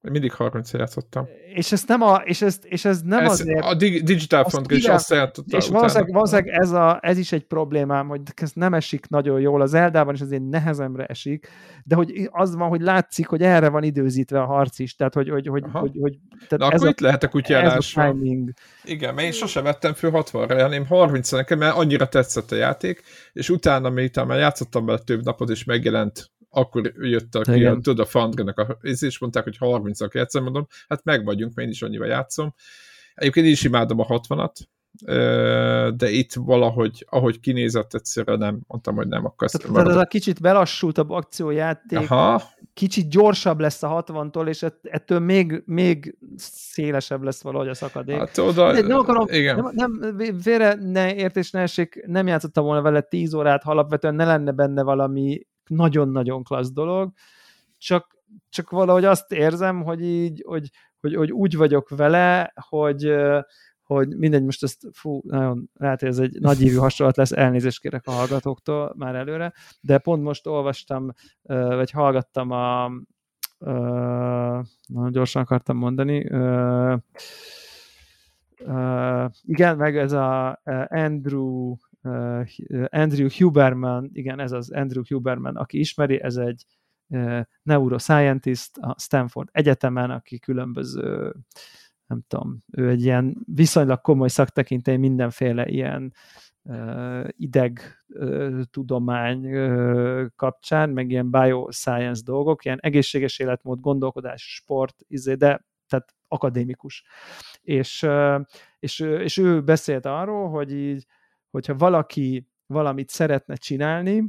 A: Mindig 30-ra játszottam.
B: És ez nem azért...
A: A Digital Front is azt játszotta
B: és valószínűleg ez is egy problémám, hogy ez nem esik nagyon jól. Az Eldában is azért nehezemre esik, de hogy az van, hogy látszik, hogy erre van időzítve a harc is. Tehát, hogy
A: de akkor itt lehet a kutyálásra.
B: timing.
A: Igen, mert én sosem vettem föl 60-ra, hanem 30-ra nekem, mert annyira tetszett a játék, és utána, miután már játszottam bele több napot, és megjelent, akkor jött tudod, a Fandra-nak és mondták, hogy 30-ak játszom, mondom, hát meg vagyunk, mert én is annyival játszom. Egyébként én is imádom a 60-at, de itt valahogy, ahogy kinézett, egyszerűen nem, mondtam, hogy nem, akkor ezt
B: tehát ez a kicsit belassultabb akciójáték, kicsit gyorsabb lesz a 60-tól, és ettől még szélesebb lesz valahogy a szakadék.
A: Hát oda,
B: nem akarom,
A: igen.
B: nem, félre ne értés ne essék, nem játszottam volna vele 10 órát, ha alapvetően ne lenne benne valami nagyon-nagyon klassz dolog, csak valahogy azt érzem, hogy úgy vagyok vele, hogy mindegy, most ezt nagyon lehet, hogy ez egy nagyívű hasonlat lesz, elnézést kérek a hallgatóktól már előre, de pont most olvastam, vagy hallgattam nagyon gyorsan akartam mondani, igen, meg ez a Andrew Huberman, igen, ez az Andrew Huberman, aki ismeri, ez egy neuroscientist a Stanford Egyetemen, aki különböző, nem tudom, ő egy ilyen viszonylag komoly szaktekintély mindenféle ilyen idegtudomány kapcsán, meg ilyen bioscience dolgok, ilyen egészséges életmód, gondolkodás, sport, de tehát akadémikus. És ő beszélt arról, hogy így, hogyha valaki valamit szeretne csinálni,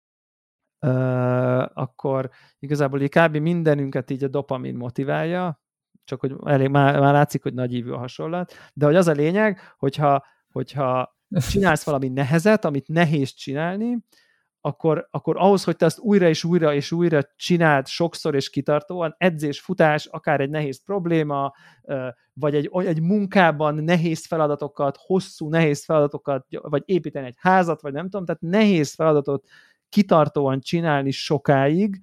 B: akkor igazából így kb. Mindenünket így a dopamin motiválja, csak hogy már látszik, hogy nagyívű a hasonlat, de hogy az a lényeg, hogyha csinálsz valami nehezet, amit nehéz csinálni, akkor ahhoz, hogy te azt újra és újra és újra csináld sokszor és kitartóan, edzés, futás, akár egy nehéz probléma, vagy egy munkában nehéz feladatokat, hosszú nehéz feladatokat, vagy építeni egy házat, vagy nem tudom, tehát nehéz feladatot kitartóan csinálni sokáig,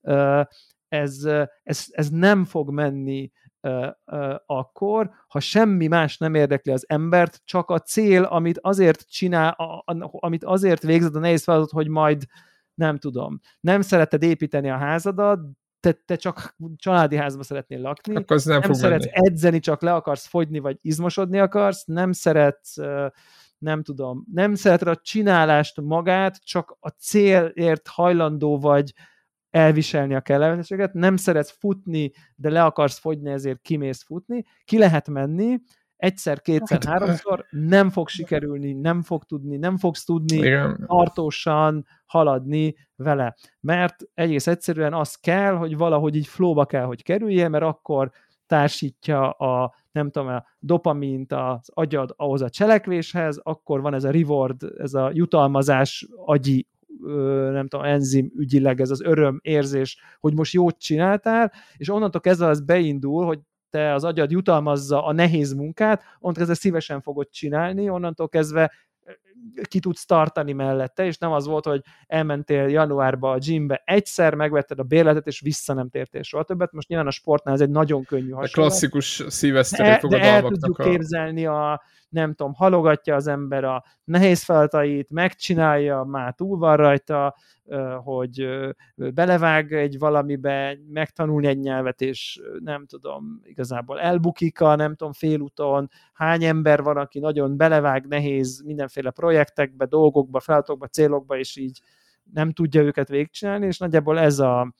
B: ez nem fog menni akkor, ha semmi más nem érdekli az embert, csak a cél, amit azért csinál, amit azért végzed a nehéz feladat, hogy majd nem tudom, nem szereted építeni a házadat, te csak családi házba szeretnél lakni, nem szeretsz edzeni, csak le akarsz fogyni, vagy izmosodni akarsz, nem szeretsz nem szereted a csinálást magát, csak a célért hajlandó vagy elviselni a kellemetlenséget, nem szeretsz futni, de le akarsz fogyni, ezért kimész futni, ki lehet menni, egyszer, kétszer, háromszor, nem fog sikerülni, nem fogsz tudni tartósan haladni vele. Mert egész egyszerűen az kell, hogy valahogy így flowba kell, hogy kerüljél, mert akkor társítja a dopamint az agyad ahhoz a cselekvéshez, akkor van ez a reward, ez a jutalmazás agyi, enzim ügyileg, ez az öröm érzés, hogy most jót csináltál, és onnantól kezdve az beindul, hogy te az agyad jutalmazza a nehéz munkát, onnantól kezdve szívesen fogod csinálni, onnantól kezdve ki tudsz tartani mellette, és nem az volt, hogy elmentél januárba a gymbe egyszer, megvetted a bérletet, és vissza nem tértél soha többet. Most nyilván a sportnál ez egy nagyon könnyű hasonlat.
A: A klasszikus szilveszteri fogadalmaknak.
B: De el tudjuk képzelni halogatja az ember a nehéz feladatait, megcsinálja, már túl van rajta, hogy belevág egy valamibe, megtanulni egy nyelvet, és nem tudom, igazából elbukik félúton, hány ember van, aki nagyon belevág nehéz mindenféle projektekbe, dolgokba, feladatokba, célokba, és így nem tudja őket végigcsinálni, és nagyjából ez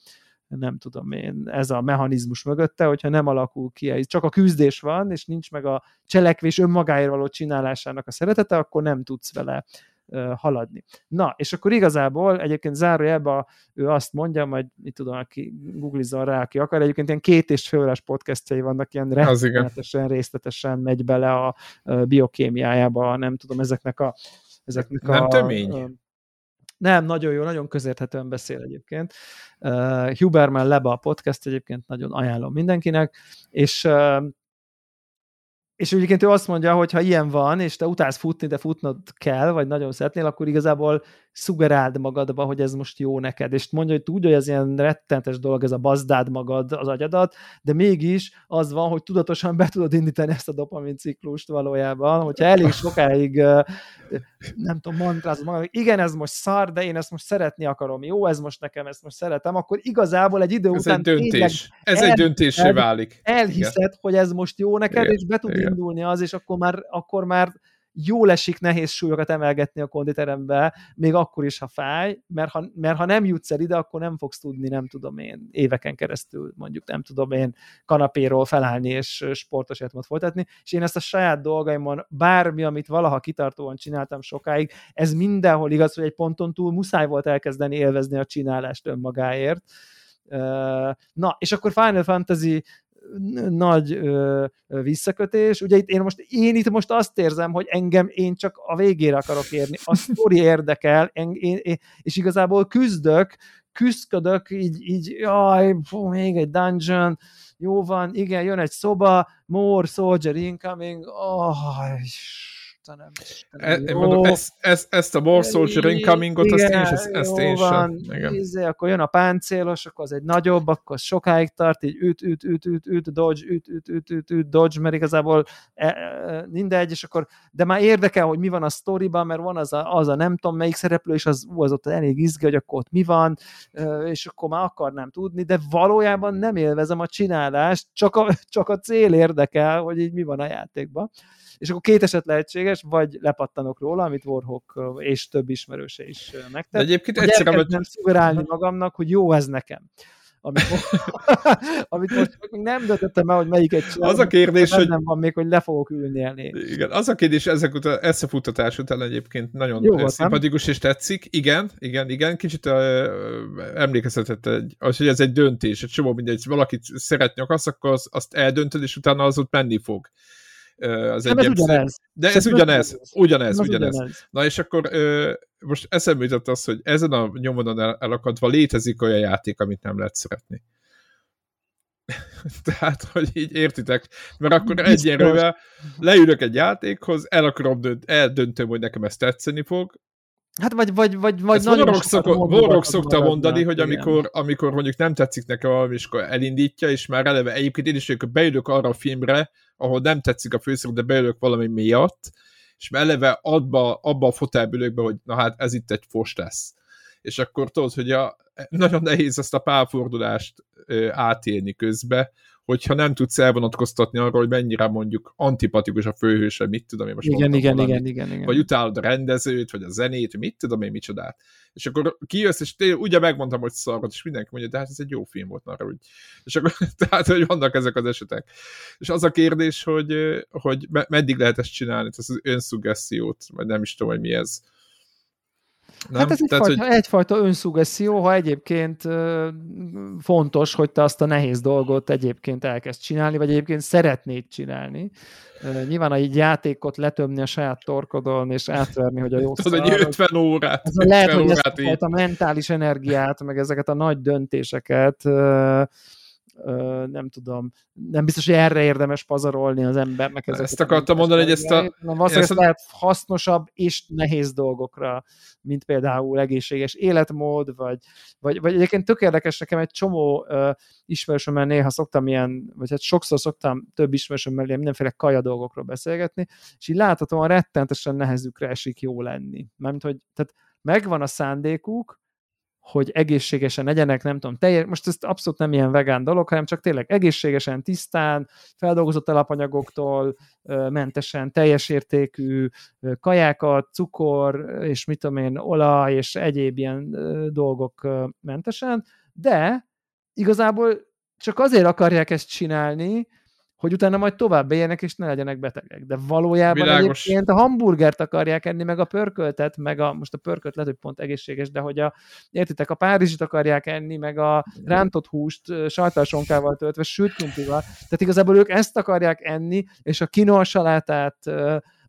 B: a mechanizmus mögötte, hogyha nem alakul ki, csak a küzdés van, és nincs meg a cselekvés önmagáért való csinálásának a szeretete, akkor nem tudsz vele haladni. Na, és akkor igazából egyébként zárójelben ő azt mondja, majd aki googlizzon rá, aki akar, egyébként ilyen 2,5 órás podcastjai vannak, ilyen rettenetesen, részletesen megy bele a biokémiájába, ezeknek
A: nem tömény?
B: Nem, nagyon jó, nagyon közérthetően beszél egyébként. Huberman Leba a podcast egyébként nagyon ajánlom mindenkinek, és egyébként ő azt mondja, hogy ha ilyen van, és te utálsz futni, de futnod kell, vagy nagyon szeretnél, akkor igazából szugeráld magadba, hogy ez most jó neked, és mondja, hogy tudja, hogy ez ilyen rettenetes dolog, ez a bazdád magad az agyadat, de mégis az van, hogy tudatosan be tudod indítani ezt a dopamin ciklust valójában, hogyha elég sokáig nem tudom, mantrázod magad, igen, ez most szar, de én ezt most szeretni akarom, jó, ez most nekem, ezt most szeretem, akkor igazából egy idő után
A: egy döntés. Ez egy döntésé válik.
B: Elhiszed, igen, hogy ez most jó neked, igen, és be tud indulni az, és akkor már jól esik nehéz súlyokat emelgetni a konditerembe, még akkor is, ha fáj, mert ha nem jutsz el ide, akkor nem fogsz tudni, nem tudom én, éveken keresztül mondjuk, nem tudom én, kanapéról felállni és sportos életmódot folytatni, és én ezt a saját dolgaimon, bármi, amit valaha kitartóan csináltam sokáig, ez mindenhol igaz, hogy egy ponton túl muszáj volt elkezdeni élvezni a csinálást önmagáért. Na, és akkor Final Fantasy nagy visszakötés. Ugye én itt most azt érzem, hogy én csak a végére akarok érni. A sztori érdekel, és igazából küzdködök, így jaj, még egy dungeon, jó van, igen, jön egy szoba, more soldier incoming,
A: Mondom, ezt a more soldier incomingot, ezt én sem.
B: Akkor jön a páncélos, akkor az egy nagyobb, akkor sokáig tart, így üt, dodge, mert igazából mindegy, és akkor, de már érdekel, hogy mi van a sztoriban, mert van az a nem tudom melyik szereplő, és az ott elég izgi, hogy akkor ott mi van, és akkor már akarnám tudni, de valójában nem élvezem a csinálást, csak a cél érdekel, hogy így mi van a játékban. És akkor két eset lehetséges, vagy lepattanok róla, amit Warhawk és több ismerőse is megtett.
A: Egyébként
B: elkezdem szugerálni magamnak, hogy jó ez nekem. Amit most nem döntöttem el, hogy melyiket csinálom.
A: Az a kérdés, hogy...
B: Nem van még, hogy le fogok ülni elé.
A: Igen, az a kérdés, ezek után, összefuttatás után egyébként nagyon szimpatikus és tetszik. Igen. Kicsit emlékeztetett, hogy ez egy döntés, egy csomó mindegy, valakit szeretni akarsz, akkor azt eldöntöd, és utána az ott menni fog. Az
B: ez ugyanez.
A: De ez ugyanez. Na és akkor most eszembe jutott az, hogy ezen a nyomodon elakadva létezik olyan játék, amit nem lehet szeretni. Tehát, hogy így értitek, mert akkor egyenlővel leülök egy játékhoz, eldöntöm, hogy nekem ez tetszeni fog.
B: Hát vagy
A: Warhawk szokta mondani, hogy amikor mondjuk nem tetszik nekem valami, és akkor elindítja, és már eleve egyébként én is beülök arra a filmre, ahol nem tetszik a főszerep, de beülök valami miatt, és már eleve abba a fotelbülőkbe, hogy na hát ez itt egy fos lesz. És akkor tudod, hogy nagyon nehéz ezt a pálfordulást átélni közbe, hogyha nem tudsz elvonatkoztatni arról, hogy mennyire mondjuk antipatikus a főhőse, mit tudom én most
B: igen.
A: Vagy utálod a rendezőt, vagy a zenét, mit tudom én micsodát. És akkor kijössz, és ugye megmondtam, hogy szarod, és mindenki mondja, de hát ez egy jó film volt arra, úgy. És akkor tehát, hogy vannak ezek az esetek. És az a kérdés, hogy meddig lehet ezt csinálni, ez az önszuggesziót, vagy nem is tudom, hogy mi ez.
B: Nem? Hát ez egyfajta önszuggeszió, ha egyébként fontos, hogy te azt a nehéz dolgot egyébként elkezd csinálni, vagy egyébként szeretnéd csinálni. Nyilván a játékot letömni a saját torkodon, és átverni, hogy a jó
A: szar. Az egy 50 órát.
B: Lehet, hogy ezt a mentális energiát, meg ezeket a nagy döntéseket nem tudom, nem biztos, hogy erre érdemes pazarolni az embernek.
A: Ezt akartam mondani, hogy
B: ezt lehet hasznosabb és nehéz dolgokra, mint például egészséges életmód, vagy egyébként tök érdekes, nekem egy csomó ismerősömmel néha szoktam ilyen, vagy hát sokszor szoktam több ismerősömmel mindenféle kaja dolgokról beszélgetni, és így láthatóan rettenetesen nehezükre esik jó lenni. Mármint, hogy tehát megvan a szándékuk, hogy egészségesen legyenek, nem tudom, most ez abszolút nem ilyen vegán dolog, hanem csak tényleg egészségesen, tisztán, feldolgozott alapanyagoktól mentesen, teljes értékű kajákat, cukor, és mit tudom én, olaj, és egyéb ilyen dolgok mentesen, de igazából csak azért akarják ezt csinálni, hogy utána majd tovább éljenek, és ne legyenek betegek. De valójában egyébként a hamburgert akarják enni, meg a pörköltet, most a pörkölt lehet, hogy pont egészséges, de hogy értitek, a párizsit akarják enni, meg a rántott húst sajtalsonkával töltve, sült krumplival. Tehát igazából ők ezt akarják enni, és a quinoa salátát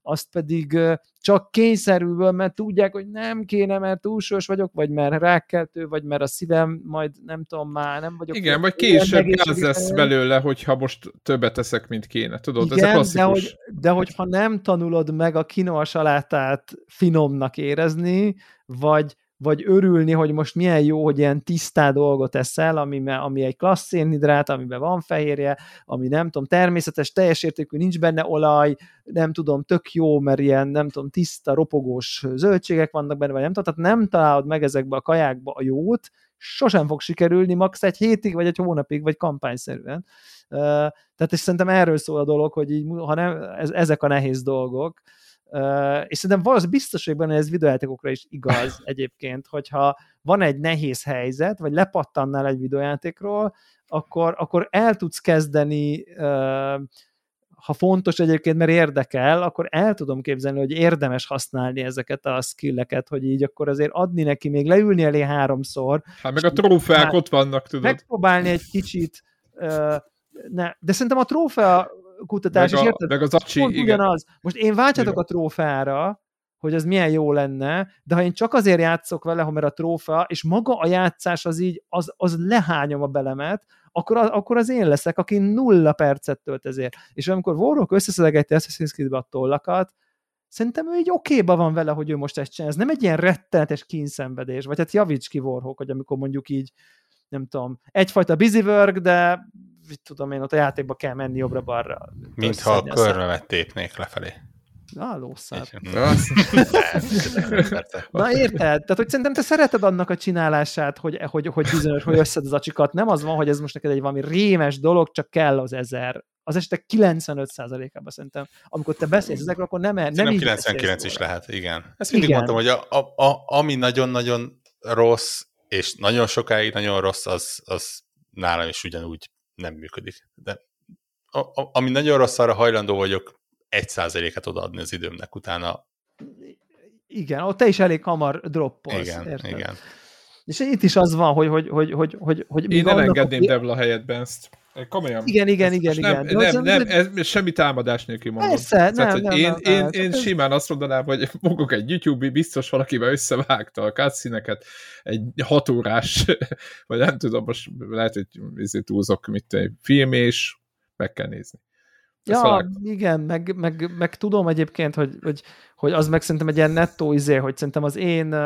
B: azt pedig csak kényszerülből, mert tudják, hogy nem kéne, mert túlsúlyos vagyok, vagy mert rákkeltő, vagy mert a szívem majd nem tudom már, nem vagyok.
A: Igen, vagy később gáz lesz belőle, hogyha most többet teszek, mint kéne. Tudod,
B: igen,
A: ez a klasszikus.
B: De hogyha nem tanulod meg a quinoa salátát finomnak érezni, vagy örülni, hogy most milyen jó, hogy ilyen tisztá dolgot eszel, ami egy klassz szénhidrát, amiben van fehérje, ami nem tudom, természetes, teljes értékű, nincs benne olaj, nem tudom, tök jó, mert ilyen, nem tudom, tiszta, ropogós zöldségek vannak benne, vagy nem tudom, tehát nem találod meg ezekbe a kajákba a jót, sosem fog sikerülni, max. egy hétig, vagy egy hónapig, vagy kampányszerűen. Tehát és szerintem erről szól a dolog, hogy így, ha nem, ezek a nehéz dolgok, és szerintem valószínűleg biztos, hogy benne ez videójátékokra is igaz egyébként, hogyha van egy nehéz helyzet, vagy lepattannál egy videójátékról, akkor el tudsz kezdeni, ha fontos egyébként, mert érdekel, akkor el tudom képzelni, hogy érdemes használni ezeket a skilleket, hogy így akkor azért adni neki, még leülni elé 3-szor.
A: Hát meg a trófeák ott vannak, tudod.
B: Megpróbálni egy kicsit, de szerintem a trófea kutatás,
A: meg
B: és érted?
A: Meg az acsi,
B: pont ugyanaz. Most én váltsatok a trófeára, hogy az milyen jó lenne, de ha én csak azért játszok vele, mert a trófea, és maga a játszás az így, az lehányom a belemet, akkor az én leszek, aki 0 percet tölt ezért. És amikor Warhawk összeszedegeti Assassin's Creed-be a tollakat, szerintem ő így okéba van vele, hogy ő most ezt csinál. Ez nem egy ilyen rettenetes kínszenvedés, vagy hát javíts ki Warhawk, hogy amikor mondjuk így, nem tudom, egyfajta busy work, de mit tudom én, ott a játékba kell menni jobbra-balra.
C: Mintha a körmemet tépnék lefelé.
B: Lószát. Na érted? Tehát, hogy szerintem te szereted annak a csinálását, hogy bizonyos, hogy összed az acsikat. Nem az van, hogy ez most neked egy valami rémes dolog, csak kell az 1000. Az esetek 95%-ában szerintem. Amikor te beszélsz ezekről, akkor nem
C: 99 is lehet, igen. Ezt mindig mondtam, hogy ami nagyon-nagyon rossz, és nagyon sokáig nagyon rossz, az nálam is ugyanúgy nem működik. De ami nagyon rossz, arra hajlandó vagyok 1%-et odaadni az időmnek utána.
B: Igen, ott te is elég hamar droppolsz.
C: Igen.
B: És itt is az van, hogy
A: én elengedném Devla helyetben ezt. Komolyan.
B: Igen.
A: Nem, semmi támadás nélkül mondom.
B: Persze,
A: én simán azt mondanám, hogy maguk egy YouTube-i biztos valakivel összevágta a cutscene-eket, egy 6 órás, vagy nem tudom, most lehet, hogy túlzok, film, és meg kell nézni.
B: Ja, igen, meg tudom egyébként, hogy az meg szerintem egy ilyen nettó hogy szerintem az én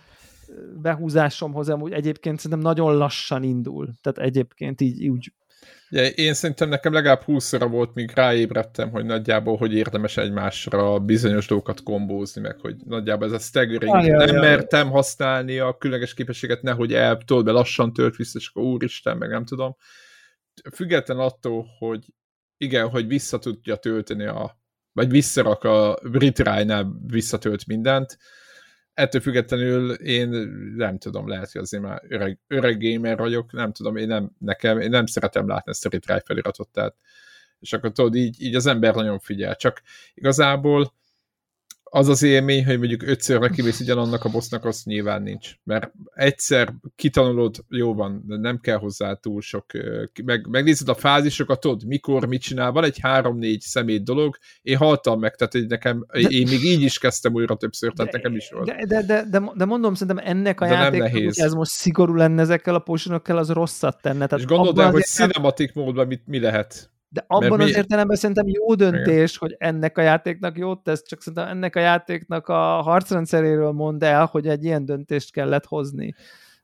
B: behúzásomhoz amúgy egyébként szerintem nagyon lassan indul. Tehát egyébként így úgy.
A: Ja, én szerintem nekem legalább 20-ra volt, míg ráébredtem, hogy nagyjából, hogy érdemes egymásra bizonyos dolgokat kombózni, meg hogy nagyjából ez a staggering. Nem mertem használni a különleges képességet, nehogy eltold be, lassan tölt vissza, és akkor úristen, meg nem tudom. Független attól, hogy igen, hogy vissza tudja tölteni vagy visszarak a Retry-nál visszatölt mindent. Ettől függetlenül én nem tudom, lehet, hogy azért már öreg gamer vagyok, nem tudom, én nem szeretem látni ezt a Retry feliratot, tehát, és akkor tudod, így az ember nagyon figyel. Csak igazából az az élmény, hogy mondjuk 5-ször nekimész ugyanannak a bossnak, az nyilván nincs. Mert egyszer kitanulod, jó van, de nem kell hozzá túl sok. Megnézed a fázisokat, tudod, mikor, mit csinál, van egy 3-4 szemét dolog, én haltam meg, tehát nekem, én még így is kezdtem újra többször, tehát nekem is volt.
B: De mondom, szerintem ennek a játéknak, hogy ez most szigorú lenne ezekkel a potionokkal, az rosszat tenne. Tehát
A: és gondold el, hogy cinematic módban mi lehet.
B: De abban az értelemben szerintem jó döntés, hogy ennek a játéknak jót tesz, csak szerintem ennek a játéknak a harcrendszeréről mondd el, hogy egy ilyen döntést kellett hozni.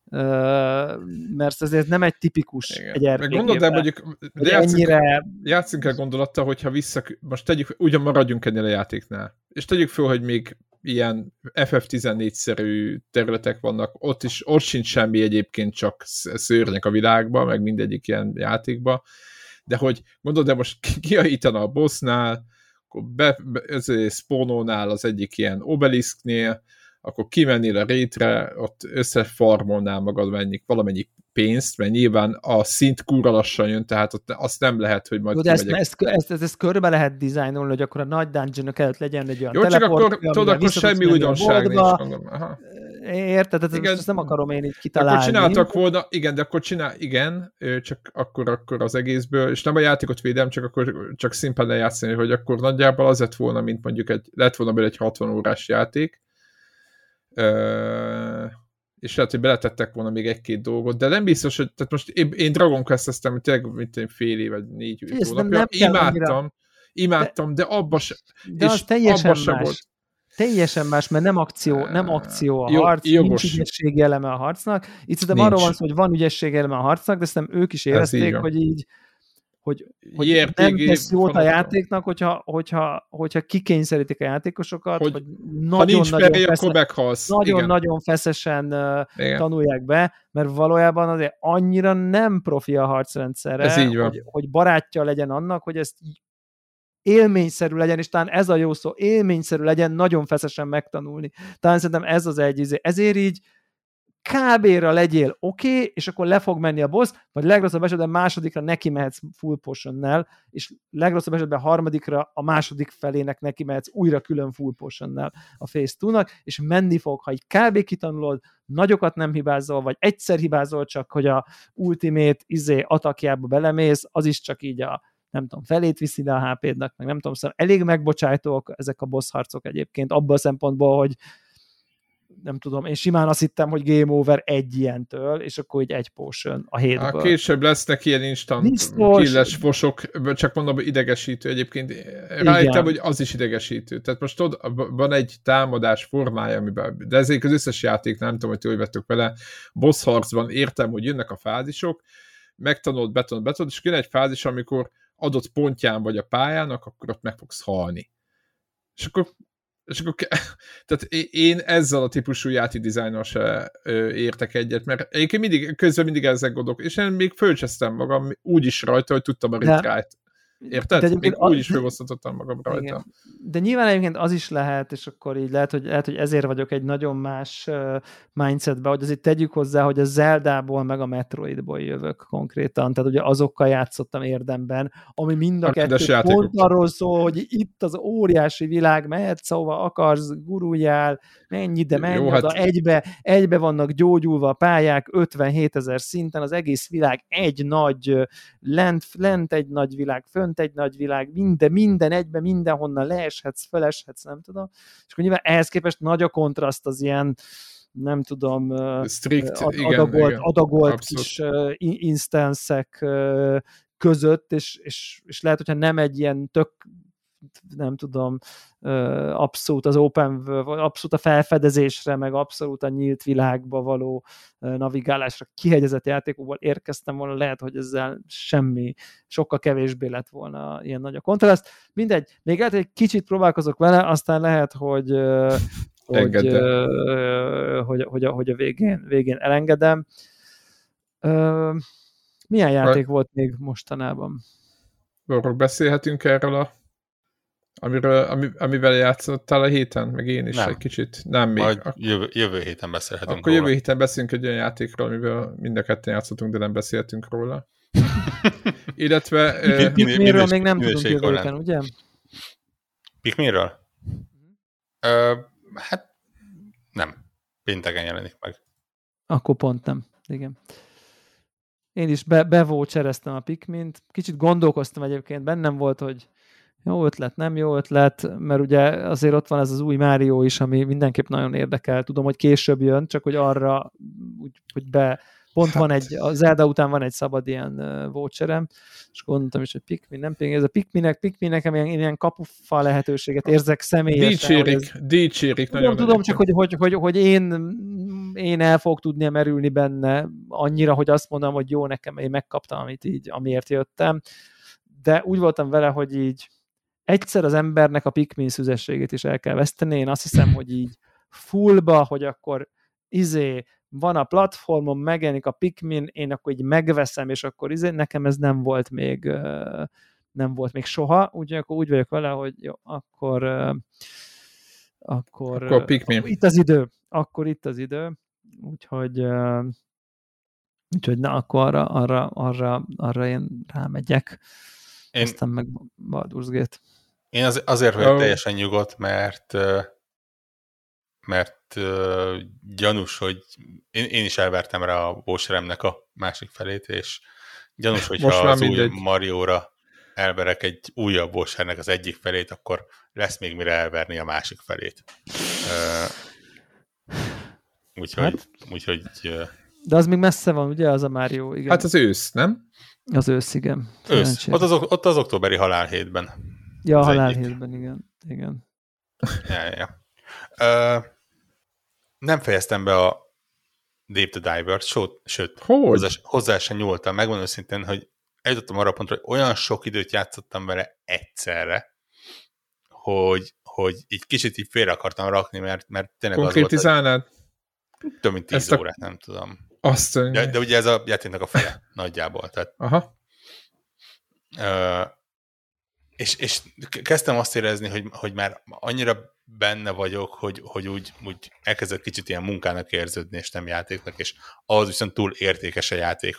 B: Mert ezért nem egy tipikus egy RPG-ben.
A: Gondold el, mondjuk, játszunk el gondolattal, hogyha most tegyük, ugyan maradjunk ennél a játéknál, és tegyük föl, hogy még ilyen FF14-szerű területek vannak, ott sincs semmi egyébként, csak szörnyek a világban, meg mindegyik ilyen játékban, de hogy gondolod, de most kiajítana a bossnál, akkor spawnolnál az egyik ilyen obelisknél, akkor kimennél a rétre, ott összefarmolnál magad valamennyi pénzt, mert nyilván a szint kurva lassan jön, tehát ott azt nem lehet, hogy majd
B: ezt körbe lehet dizájnolni, hogy akkor a nagy dungeonok előtt legyen egy olyan
A: jó, csak akkor semmi újdonság nincs.
B: Érted? Tehát ezt nem akarom én így kitalálni.
A: Akkor csináltak volna, igen, de akkor csak akkor az egészből, és nem a játékot védem, csak szimplán játszani, hogy akkor nagyjából az lett volna, mint mondjuk lett volna belőle egy 60 órás játék, és lehet, hogy beletettek volna még egy-két dolgot, de nem biztos, hogy tehát most én Dragon Quest-eztem tényleg mint fél év, vagy 4 hónapja. Imádtam, de abba se...
B: De az teljesen más. Volt. Teljesen más, mert nem akció a harc, nincs ügyességi eleme a harcnak. Itt szerintem arról van szó, hogy van ügyességi eleme a harcnak, de szerintem ők is érezték, hogy nem tesz jót a játéknak, hogyha kikényszerítik a játékosokat, hogy nagyon feszesen tanulják be, mert valójában azért annyira nem profi a harcrendszerre, hogy barátja legyen annak, hogy ezt élményszerű legyen, és talán ez a jó szó, élményszerű legyen nagyon feszesen megtanulni. Talán szerintem ez az ezért így kb-ra legyél oké, és akkor le fog menni a boss, vagy legrosszabb esetben másodikra neki mehetsz full potionnel, és legrosszabb esetben harmadikra a második felének neki mehetsz újra külön full potionnel a Phase 2-nak, és menni fog, ha így kb kitanulod, nagyokat nem hibázol, vagy egyszer hibázol csak, hogy a ultimate atakjába belemész, az is csak így nem tudom, felét viszi le a HP-dnak, meg nem tudom, szóval elég megbocsájtók ezek a boss harcok egyébként, abban a szempontból, hogy nem tudom, én simán azt hittem, hogy game over egy ilyentől, és akkor így egy potion a 7-ből.
A: Később lesznek ilyen instant killes fosok, csak mondom, idegesítő egyébként. Rájöttem, hogy az is idegesítő. Tehát most van egy támadás formája, amiben, de ezért az összes játék, nem tudom, hogy ti hogy vettek vele, boss harcban értem, hogy jönnek a fázisok, megtanulod, betonod, és jön egy fázis, amikor adott pontján vagy a pályának, akkor ott meg fogsz halni. És akkor tehát én ezzel a típusú játékdizájnnal se értek egyet, mert egyébként közben mindig ezzel gondolok, és én még fölcsesztem magam úgy is rajta, hogy tudtam a ritrájt. Érted? Még úgy is fölhosszatottam magam rajta. Igen.
B: De nyilván egyébként az is lehet, és akkor így lehet, hogy ezért vagyok egy nagyon más mindsetben, hogy azért tegyük hozzá, hogy a Zeldából meg a Metroidból jövök konkrétan, tehát ugye azokkal játszottam érdemben, ami mind a kettő pont arról szól, hogy itt az óriási világ, mehetsz, ahova akarsz, guruljál, menj ide, menj oda, egybe vannak gyógyulva a pályák, 57 000 szinten, az egész világ egy nagy, lent egy nagy világ, fönt egy nagy világ, minden egybe, mindenhonnan leeshetsz, feleshetsz, nem tudom. És akkor nyilván ehhez képest nagy a kontraszt az ilyen, nem tudom, adagolt kis instanszek között, és lehet, hogyha nem egy ilyen tök, nem tudom, abszolút az abszolút a felfedezésre, meg abszolút a nyílt világba való navigálásra kihegyezett játékokból érkeztem volna, lehet, hogy ezzel sokkal kevésbé lett volna ilyen nagy a kontraszt. Mindegy, még lehet, hogy egy kicsit próbálkozok vele, aztán lehet, hogy a végén elengedem. Milyen játék volt még mostanában?
A: Beszélhetünk erről amivel játszottál a héten, meg én is egy kicsit. Nem még.
C: Majd jövő héten beszélhetünk
A: akkor róla. Jövő héten beszélünk egy olyan játékról, amivel mind a ketten játszottunk, de nem beszéltünk róla. Illetve...
B: Pikminről még nem tudunk jövő héten, ugye?
C: Pikminről? Hát nem. Pénteken jelenik meg.
B: Akkor pont nem. Igen. Én is bevouchereztem a Pikmint. Kicsit gondolkoztam egyébként, bennem volt, hogy jó ötlet, nem jó ötlet, mert ugye azért ott van ez az új Mario is, ami mindenképp nagyon érdekel. Tudom, hogy később jön, csak hogy arra, hogy pont van a Zelda után van egy szabad ilyen voucherem, és gondoltam is, hogy Pikmin, nem Pikmin, ez a Pikminek ilyen kapufa lehetőséget érzek személyesen.
A: Dicsérik.
B: Tudom csak, hogy én el fogok tudni merülni benne annyira, hogy azt mondom, hogy jó, nekem én megkaptam, amiért jöttem, de úgy voltam vele, hogy így egyszer az embernek a Pikmin szüzességét is el kell veszteni. Én azt hiszem, hogy így fullba, hogy akkor van a platformon, megjelenik a Pikmin, én akkor így megveszem, és akkor nekem ez nem volt még soha, úgyhogy akkor úgy vagyok vele, hogy jó, akkor
A: Pikmin.
B: Akkor itt az idő, úgyhogy na, akkor arra én rámegyek. Aztán meg Baldur's Gate.
C: Én azért vagyok teljesen nyugodt, mert mert gyanús, hogy én is elvertem rá a Bósremnek a másik felét, és gyanús, hogyha az új Mario-ra elverek egy újabb Bósremnek az egyik felét, akkor lesz még mire elverni a másik felét. Úgyhogy
B: de az még messze van, ugye, az a Mario, igen.
A: Hát az ősz, nem?
B: Az ősz, igen.
C: Ősz. Ott az októberi halálhétben.
B: Ja, a halálhétben, igen.
C: Ja. Nem fejeztem be a Dave the Diver, sőt, hozzá sem nyúltam. Megmondom őszintén, hogy eljutottam arra pontra, hogy olyan sok időt játszottam vele egyszerre, hogy így kicsit így félre akartam rakni, mert tényleg
A: konkrétizálnád?
C: Több mint 10 órát, nem tudom. De ugye ez a játéknak a fele nagyjából. Tehát,
A: aha.
C: És kezdtem azt érezni, hogy már annyira benne vagyok, hogy úgy elkezdett kicsit ilyen munkának érződni, és nem játéknak, és ahhoz viszont túl értékes a játék,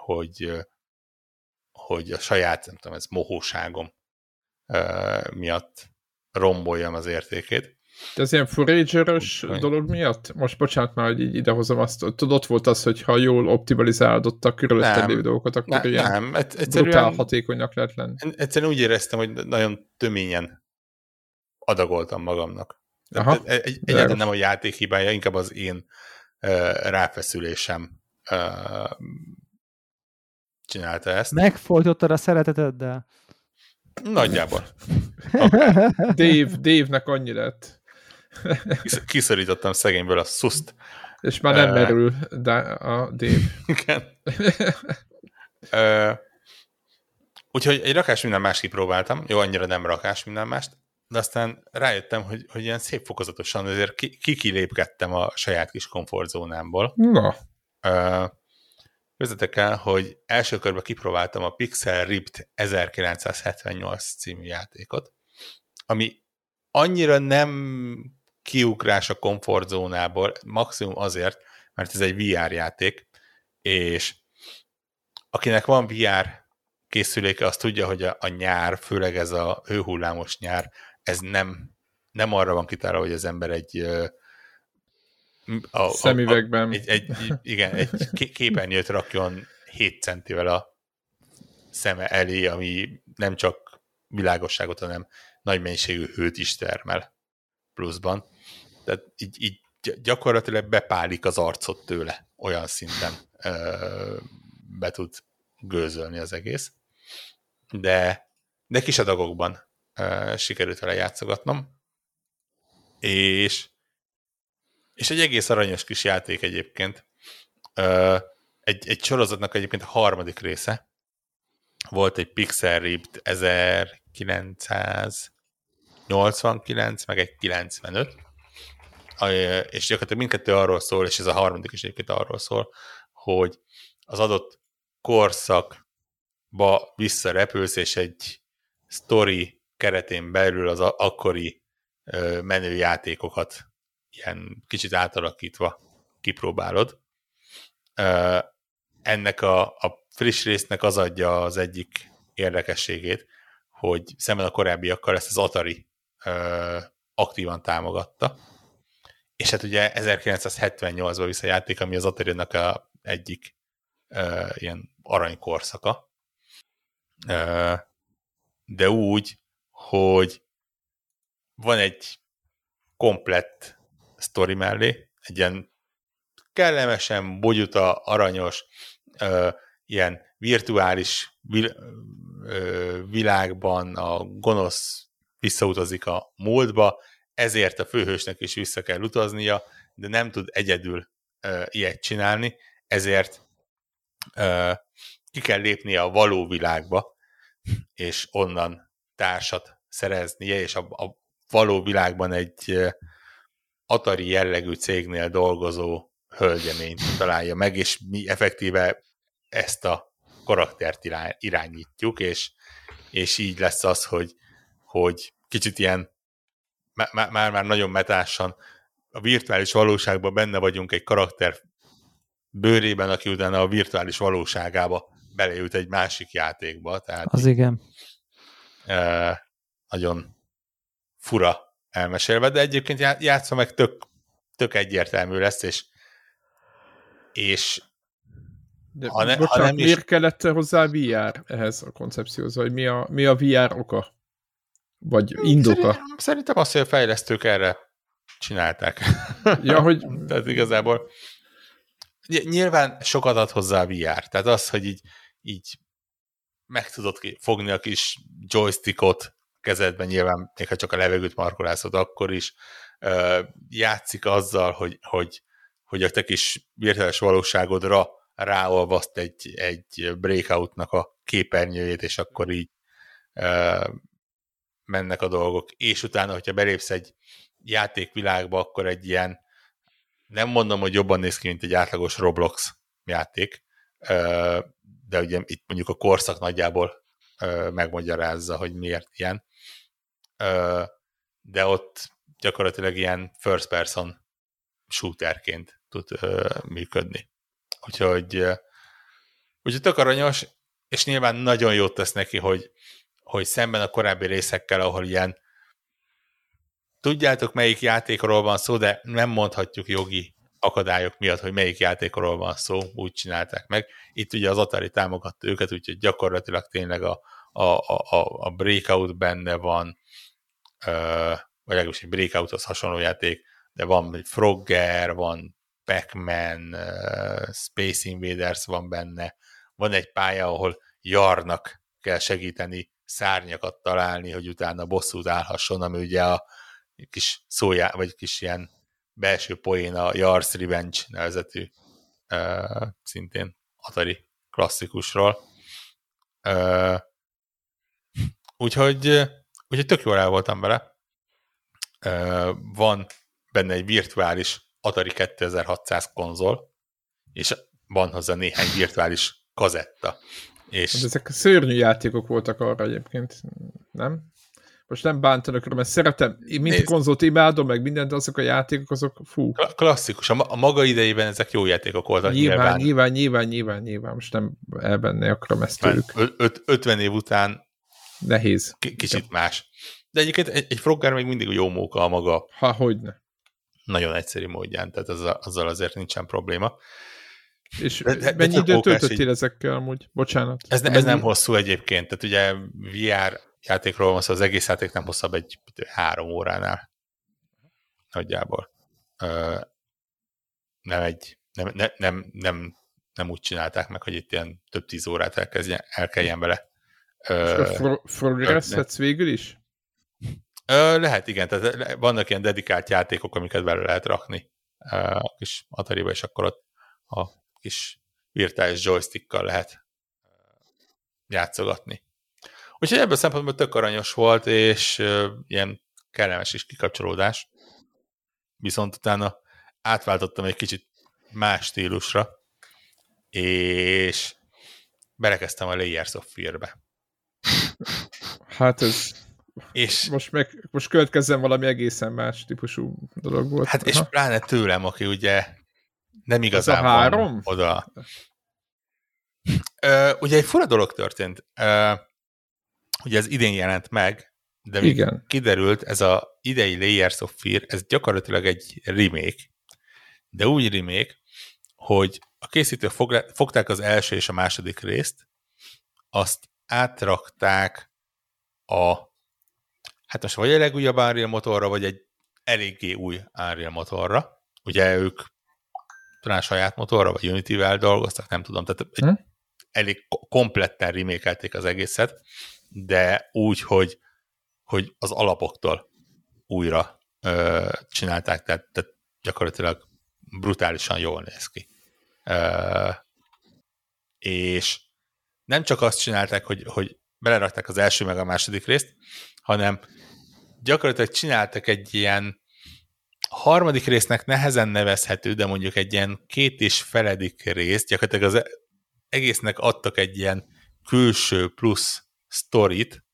C: hogy a saját, nem tudom, ez mohóságom miatt romboljam az értékét.
A: De ez ilyen forager-ös dolog miatt? Most bocsánat már, hogy így idehozom azt. Tudod, volt az, hogy ha jól optimalizálod ott a körülötted lévő dolgokat, akkor ilyen brutál hatékonynak lehet lenni.
C: Egyszerűen úgy éreztem, hogy nagyon töményen adagoltam magamnak. Egyáltalán nem a játék hibája, inkább az én ráfeszülésem csinálta ezt.
B: Megfojtottad a szereteteddel?
C: Nagyjából.
A: Dave-nek annyi lett.
C: Kiszorítottam szegényből a szuszt.
A: És már nem merül a Dave.
C: Igen. Úgyhogy egy rakás minden más kipróbáltam. Jó, annyira nem rakás minden mást, de aztán rájöttem, hogy ilyen szép fokozatosan azért kikilépkedtem a saját kis komfortzónámból.
A: Na.
C: Közzetek el, hogy első körben kipróbáltam a Pixel Ripped 1978 című játékot, ami annyira nem kiugrás a komfortzónából, maximum azért, mert ez egy VR játék, és akinek van VR készüléke, az tudja, hogy a nyár, főleg ez a hőhullámos nyár, ez nem arra van kitalálva, hogy az ember egy
A: szemüvegben.
C: Egy képernyőt rakjon 7 centivel a szeme elé, ami nem csak világosságot, hanem nagy mennyiségű hőt is termel pluszban. Tehát így gyakorlatilag bepálik az arcot tőle, olyan szinten be tud gőzölni az egész. De kis adagokban sikerült vele játszogatnom. És egy egész aranyos kis játék egyébként. Egy sorozatnak egyébként a harmadik része. Volt egy Pixel Ripped 1989, meg egy 95. És gyakorlatilag mindkettő arról szól, és ez a harmadik is egyébként arról szól, hogy az adott korszakba visszarepülsz, és egy sztori keretén belül az akkori menő játékokat ilyen kicsit átalakítva kipróbálod. Ennek a friss résznek az adja az egyik érdekességét, hogy szemben a korábbiakkal ezt az Atari aktívan támogatta. És hát ugye 1978-ban visszajáték, ami az Atari-nak egyik ilyen aranykorszaka. De úgy, hogy van egy komplett sztori mellé, egy ilyen kellemesen bogyuta, aranyos, ilyen virtuális világban a gonosz visszautazik a múltba, ezért a főhősnek is vissza kell utaznia, de nem tud egyedül ilyet csinálni, ezért ki kell lépnie a való világba, és onnan társat szereznie, és a való világban egy Atari jellegű cégnél dolgozó hölgyeményt találja meg, és mi effektíve ezt a karaktert irányítjuk, és így lesz az, hogy kicsit ilyen már nagyon metásan a virtuális valóságban benne vagyunk egy karakter bőrében, aki utána a virtuális valóságába belejut egy másik játékba. Tehát
B: az igen.
C: Nagyon fura elmesélve, de egyébként játszva meg tök tök egyértelmű lesz, és
A: de
C: ha
A: bocsánat,
C: nem
A: miért
C: is...
A: kellett hozzá VR ehhez a koncepcióhoz, vagy mi a VR oka? Vagy indoka?
C: Szerintem azt, hogy a fejlesztők erre csinálták.
A: Ja, hogy...
C: Tehát igazából nyilván sokat ad hozzá a VR. Tehát az, hogy így meg tudod fogni a kis joystickot kezedben, nyilván még ha csak a levegőt markolászod, akkor is játszik azzal, hogy a te kis virtuális valóságodra ráolvaszt egy breakoutnak a képernyőjét, és akkor így mennek a dolgok. És utána, hogyha belépsz egy játékvilágba, akkor egy ilyen, nem mondom, hogy jobban néz ki, mint egy átlagos Roblox játék, de ugye itt mondjuk a korszak nagyjából megmagyarázza, hogy miért ilyen. De ott gyakorlatilag ilyen first person shooterként tud működni. Úgyhogy tök aranyos, és nyilván nagyon jót tesz neki, hogy szemben a korábbi részekkel, ahol ilyen tudjátok, melyik játékról van szó, de nem mondhatjuk jogi akadályok miatt, hogy melyik játékról van szó, úgy csinálták meg. Itt ugye az Atari támogatta őket, úgyhogy gyakorlatilag tényleg a Breakout benne van, vagy legalábbis egy Breakouthoz hasonló játék, de van egy Frogger, van Pac-Man, Space Invaders van benne, van egy pálya, ahol Jarnak kell segíteni szárnyakat találni, hogy utána bosszút állhasson, ami ugye a kis szójá, vagy kis ilyen belső poén a Jar's Revenge nevezetű szintén Atari klasszikusról. Úgyhogy tök jól el voltam vele. Van benne egy virtuális Atari 2600 konzol, és van hozzá néhány virtuális kazetta. És...
A: Hát ezek szörnyű játékok voltak arra egyébként, nem? Most nem bántanak, mert szeretem, mint konzolt imádom, meg mindent, azok a játékok, azok fú.
C: Klasszikus. A maga idejében ezek jó játékok voltak.
A: Nyilván. Most nem elvenni akarom ezt tőlük.
C: 50 év után
A: nehéz.
C: Kicsit más. De egyébként egy Frogger még mindig jó móka a maga.
A: Hogyne.
C: Nagyon egyszerű módján, tehát azzal azért nincsen probléma.
A: És mennyi időt töltöttél ezekkel amúgy? Bocsánat.
C: Ez nem hosszú egyébként, tehát ugye VR játékról van szó, az egész játék nem hosszabb egy 3 óránál. Nagyjából. Nem úgy csinálták meg, hogy itt ilyen több 10 órát elkeljen bele.
A: Progress-hetsz végül is?
C: Lehet, igen. Tehát vannak ilyen dedikált játékok, amiket bele lehet rakni a kis Atari-ba, és akkor ott a kis virtuális joystickkal lehet játszogatni. Úgyhogy ebből a szempontból tök aranyos volt, és ilyen kellemes is kikapcsolódás. Viszont utána átváltottam egy kicsit más stílusra, és belekezdtem a Layers of Fear-be.
A: Hát ez... És most következzen valami egészen más típusú dolog volt.
C: Hát és pláne tőlem, aki ugye nem igazán van oda. Ugye egy fura dolog történt. Ugye ez idén jelent meg, de igen. Kiderült, ez az idei Layers of Fear, ez gyakorlatilag egy remake. De úgy remake, hogy a készítők fogták az első és a második részt, azt átrakták hát most vagy a legújabb Unreal motorra, vagy egy eléggé új Unreal motorra. Ugye ők talán saját motorra, vagy Unity-vel dolgoztak, nem tudom, tehát elég kompletten remake-elték az egészet, de úgy, hogy az alapoktól újra csinálták, tehát gyakorlatilag brutálisan jól néz ki. És nem csak azt csinálták, hogy belerakták az első meg a második részt, hanem gyakorlatilag csináltak egy ilyen harmadik résznek nehezen nevezhető, de mondjuk egy ilyen 2,5 részt, gyakorlatilag az egésznek adtak egy ilyen külső plusz sztorit,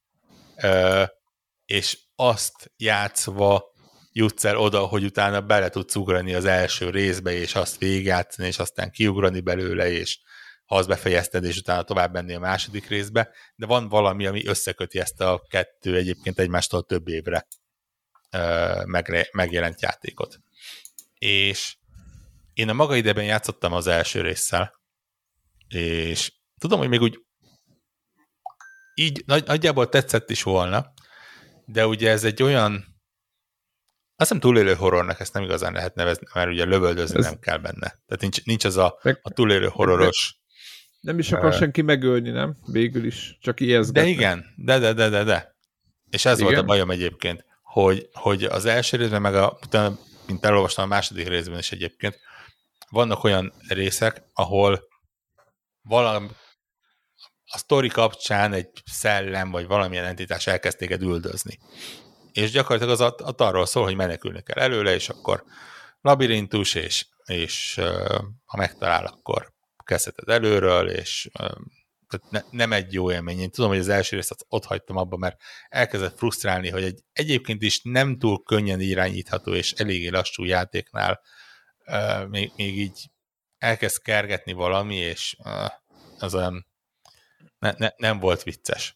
C: és azt játszva jutsz el oda, hogy utána bele tudsz ugrani az első részbe, és azt végigjátszani, és aztán kiugrani belőle, és ha azt befejezted, és utána tovább menni a második részbe, de van valami, ami összeköti ezt a kettő egyébként egymástól több évre megjelent játékot. és én a maga idejében játszottam az első résszel, és tudom, hogy még úgy így nagyjából tetszett is volna, de ugye ez egy olyan, azt hiszem túlélő horrornak ezt nem igazán lehet nevezni, mert ugye lövöldözni nem kell benne. Tehát nincs az a túlélő horroros.
A: Nem is akar senki megölni, nem? Végül is, csak ijeszgetnek.
C: De igen, de. És ez volt a bajom egyébként, hogy az első részben, meg utána, mint elolvastam a második részben is egyébként, vannak olyan részek, ahol valami a sztori kapcsán egy szellem, vagy valamilyen entitás elkezd téged üldözni. És gyakorlatilag az arról szól, hogy menekülni kell előle, és akkor labirintus, és ha megtalál, akkor kezdheted előről, és nem egy jó élmény. Én tudom, hogy az első részt ott hagytam abba, mert elkezdett frusztrálni, hogy egyébként is nem túl könnyen irányítható, és eléggé lassú játéknál még így elkezd kergetni valami, és az olyan nem volt vicces.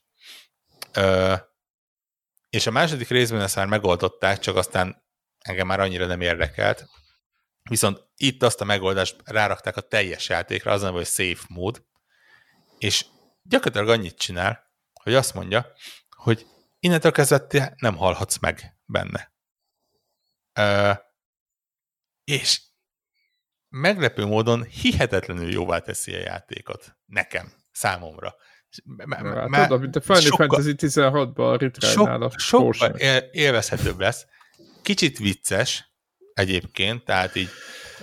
C: És a második részben ezt már megoldották, csak aztán engem már annyira nem érdekelt. Viszont itt azt a megoldást rárakták a teljes játékra, az nem, hogy safe mód, és gyakorlatilag annyit csinál, hogy azt mondja, hogy innentől kezdve te nem halhatsz meg benne. És meglepő módon hihetetlenül jóvá teszi a játékot. Nekem, számomra.
A: Tudod, mint a Final Fantasy 16-ban a Retrial-nál
C: sokkal élvezhetőbb lesz. Kicsit vicces egyébként, tehát így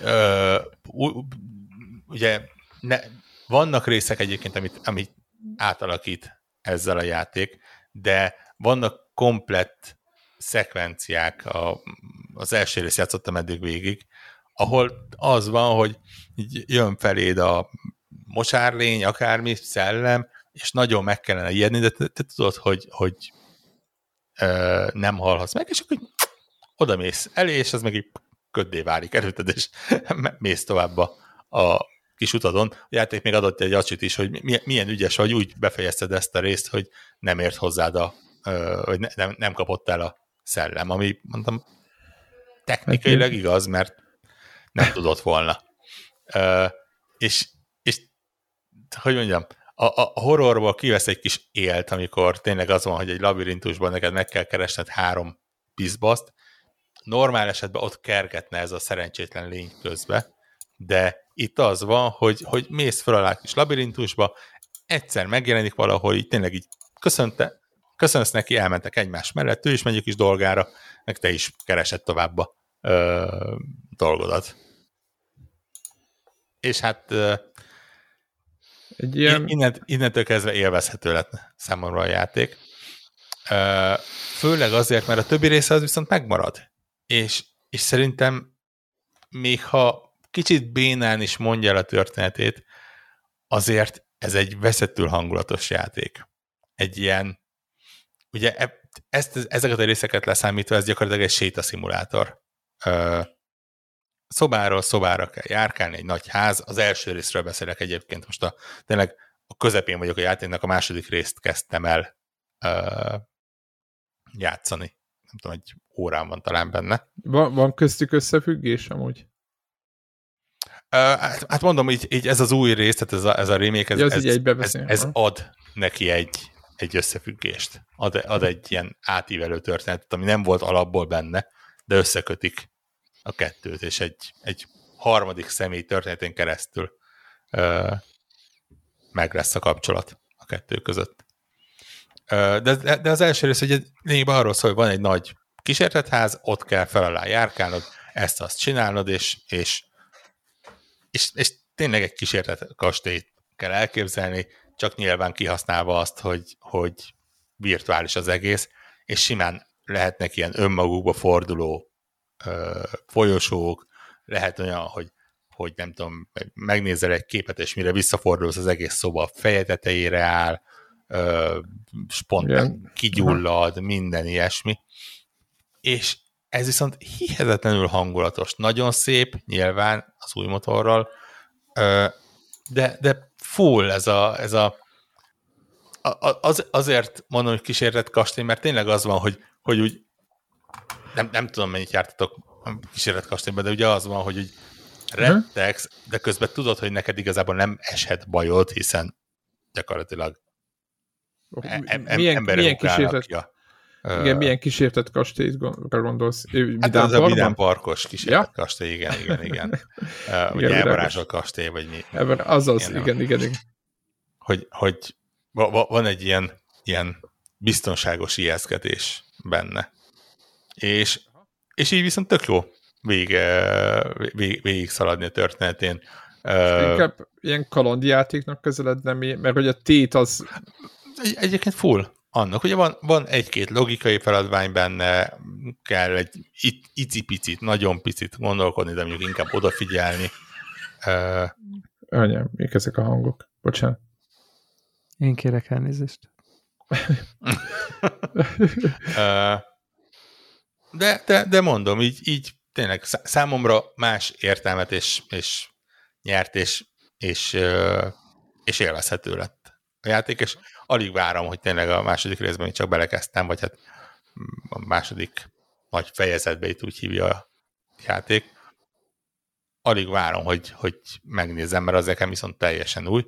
C: ugye vannak részek egyébként, amit átalakít ezzel a játék, de vannak komplett szekvenciák, az első rész játszottam eddig végig, ahol az van, hogy jön feléd a mocsárlény, akármi, szellem, és nagyon meg kellene ijedni, de te tudod, hogy nem halhatsz meg, és akkor oda mész elé, és az meg így köddé válik előtted, és mész tovább a kis utadon. A játék még adott egy acsit is, hogy milyen ügyes vagy, úgy befejezted ezt a részt, hogy nem ért hozzád hogy nem kapott el a szellem, ami mondtam technikailag igaz, mert nem tudott volna. És hogy mondjam, a horrorból kivesz egy kis élt, amikor tényleg az van, hogy egy labirintusban neked meg kell keresned 3 piszbaszt. Normál esetben ott kergetne ez a szerencsétlen lény közbe, de itt az van, hogy mész fel alá kis labirintusba, egyszer megjelenik valahol, így tényleg így köszönsz neki, elmentek egymás mellett, ő is megy a kis dolgára, meg te is keresed tovább a dolgodat. És hát
A: egy ilyen...
C: innentől kezdve élvezhető lett számomra a játék. Főleg azért, mert a többi része az viszont megmarad. És szerintem még ha kicsit bénán is mondja el a történetét, azért ez egy veszettül hangulatos játék. Egy ilyen, ugye ezeket a részeket leszámítva, ez gyakorlatilag egy sétaszimulátor. Szobáról szobára kell járkálni, egy nagy ház. Az első részről beszélek egyébként, most tényleg a közepén vagyok a játéknak, a második részt kezdtem el játszani. Nem tudom, egy órán van talán benne.
A: Van köztük összefüggés amúgy?
C: Hát mondom, így ez az új rész, tehát ez a remake, ez ad neki egy összefüggést. Ad egy ilyen átívelő történetet, ami nem volt alapból benne, de összekötik a kettőt, és egy harmadik személy történetén keresztül meg lesz a kapcsolat a kettő között. De az első rész, hogy lényegben arról szól, hogy van egy nagy kísérletház, ott kell fel alá járkálnod, ezt-azt csinálnod, és tényleg egy kísérletkastélyt kell elképzelni, csak nyilván kihasználva azt, hogy virtuális az egész, és simán lehetnek ilyen önmagukba forduló folyosók, lehet olyan, hogy nem tudom, megnézel egy képet, és mire visszafordulsz, az egész szoba a feje tetejére áll, spontán kigyullad, minden ilyesmi. És ez viszont hihetetlenül hangulatos, nagyon szép, nyilván az új motorral, de full azért mondom, hogy kísérlet kastély, mert tényleg az van, hogy úgy nem tudom, mennyit jártatok kísérletkastélyban, de ugye az van, hogy rettegsz, de közben tudod, hogy neked igazából nem eshet bajod, hiszen gyakorlatilag
A: milyen kísérlet? Igen, milyen kísértett kastélyra gondolsz?
C: Hát az a Vidám Parkos kísértett kastély, igen. Ugye elvarázsolt kastély, vagy mi.
A: Azaz, igen.
C: Hogy van egy ilyen biztonságos ijesztgetés benne. És így viszont tök jó végig szaladni a történetén.
A: Inkább ilyen kalandjátéknak közeledne, mert hogy a tét az...
C: Egyébként full annak. Ugye van egy-két logikai feladvány benne, kell egy icipicit, nagyon picit gondolkodni, de mondjuk inkább odafigyelni.
A: Anyám, még ezek a hangok. Bocsánat.
B: Én kérek elnézést.
C: De mondom, így tényleg számomra más értelmet és nyert, és élvezhető lett a játék, és alig várom, hogy tényleg a második részben így csak belekezdtem, vagy hát a második nagy fejezetbe itt úgy hívja a játék. Alig várom, hogy megnézzem, mert az nekem viszont teljesen új.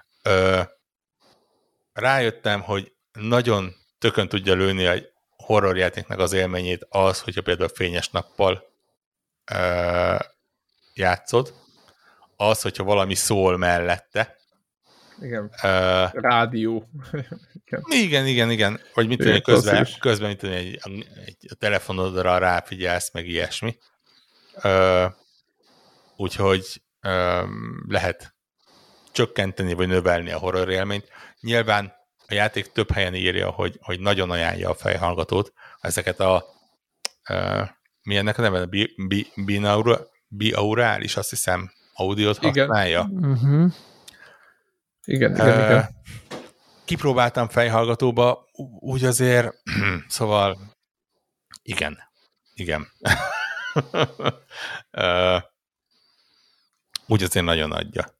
C: Rájöttem, hogy nagyon tökön tudja lőni a horrorjátéknak az élményét az, hogyha például fényes nappal játszod, az, hogyha valami szól mellette.
A: Igen. Rádió.
C: Igen. Vagy mit tudni, közben mit tudni, egy telefonodra ráfigyelsz, meg ilyesmi. Úgyhogy lehet csökkenteni, vagy növelni a horror élményt. Nyilván a játék több helyen írja, hogy nagyon ajánlja a fejhallgatót. Ezeket mi ennek a neve? Binaurális, azt hiszem, audiót használja.
A: Igen.
C: Kipróbáltam fejhallgatóba, úgy azért, szóval igen. Úgy azért nagyon adja.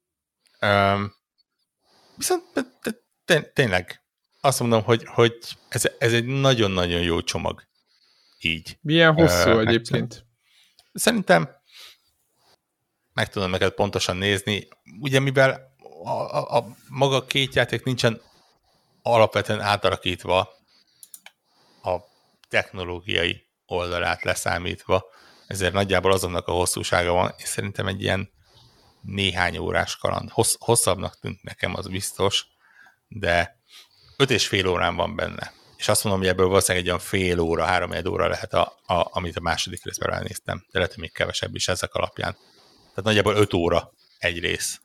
C: Viszont tényleg azt mondom, hogy ez egy nagyon-nagyon jó csomag. Így.
A: Milyen hosszú egyébként?
C: Szerintem meg tudom neked pontosan nézni. Ugye mivel a maga két játék nincsen alapvetően átalakítva a technológiai oldalát leszámítva, ezért nagyjából azonnak a hosszúsága van, és szerintem egy ilyen néhány órás kaland. Hosszabbnak tűnt nekem, az biztos, de 5,5 órán van benne. És azt mondom, hogy ebből valószínűleg egy olyan fél óra, 3 óra lehet, amit a második részben elnéztem. De lehet, hogy még kevesebb is ezek alapján. Tehát nagyjából 5 óra egy rész.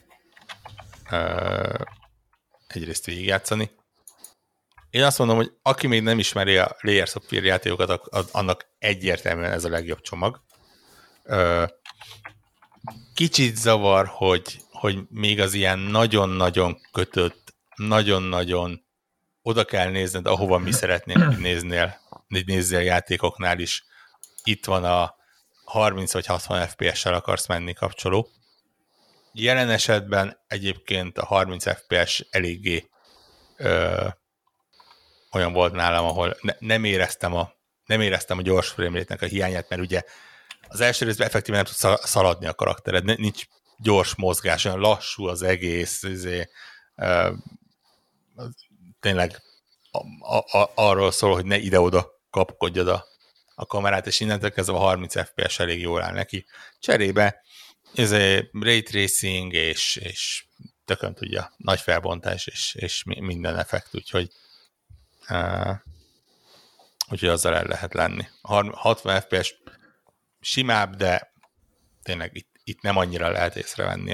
C: Egyrészt végigjátszani. Én azt mondom, hogy aki még nem ismeri a Layers of Fear játékokat, annak egyértelműen ez a legjobb csomag. Kicsit zavar, hogy még az ilyen nagyon-nagyon kötött, nagyon-nagyon oda kell nézned, ahova mi szeretnénk, hogy nézzél játékoknál is. Itt van a 30 vagy 60 FPS-sel akarsz menni kapcsoló. Jelen esetben egyébként a 30 FPS eléggé olyan volt nálam, ahol nem éreztem a gyors frame-nek a hiányát, mert ugye az első részben effektíven nem tudsz szaladni a karaktered, nincs gyors mozgás, olyan lassú az egész, tényleg arról szól, hogy ne ide-oda kapkodjad a kamerát, és innentől kezdve a 30 FPS elég jól áll neki. Cserébe ez egy ray tracing, és tökön tudja, nagy felbontás, és minden effekt, úgyhogy azzal el lehet lenni. A 60 FPS simább, de tényleg itt nem annyira lehet észrevenni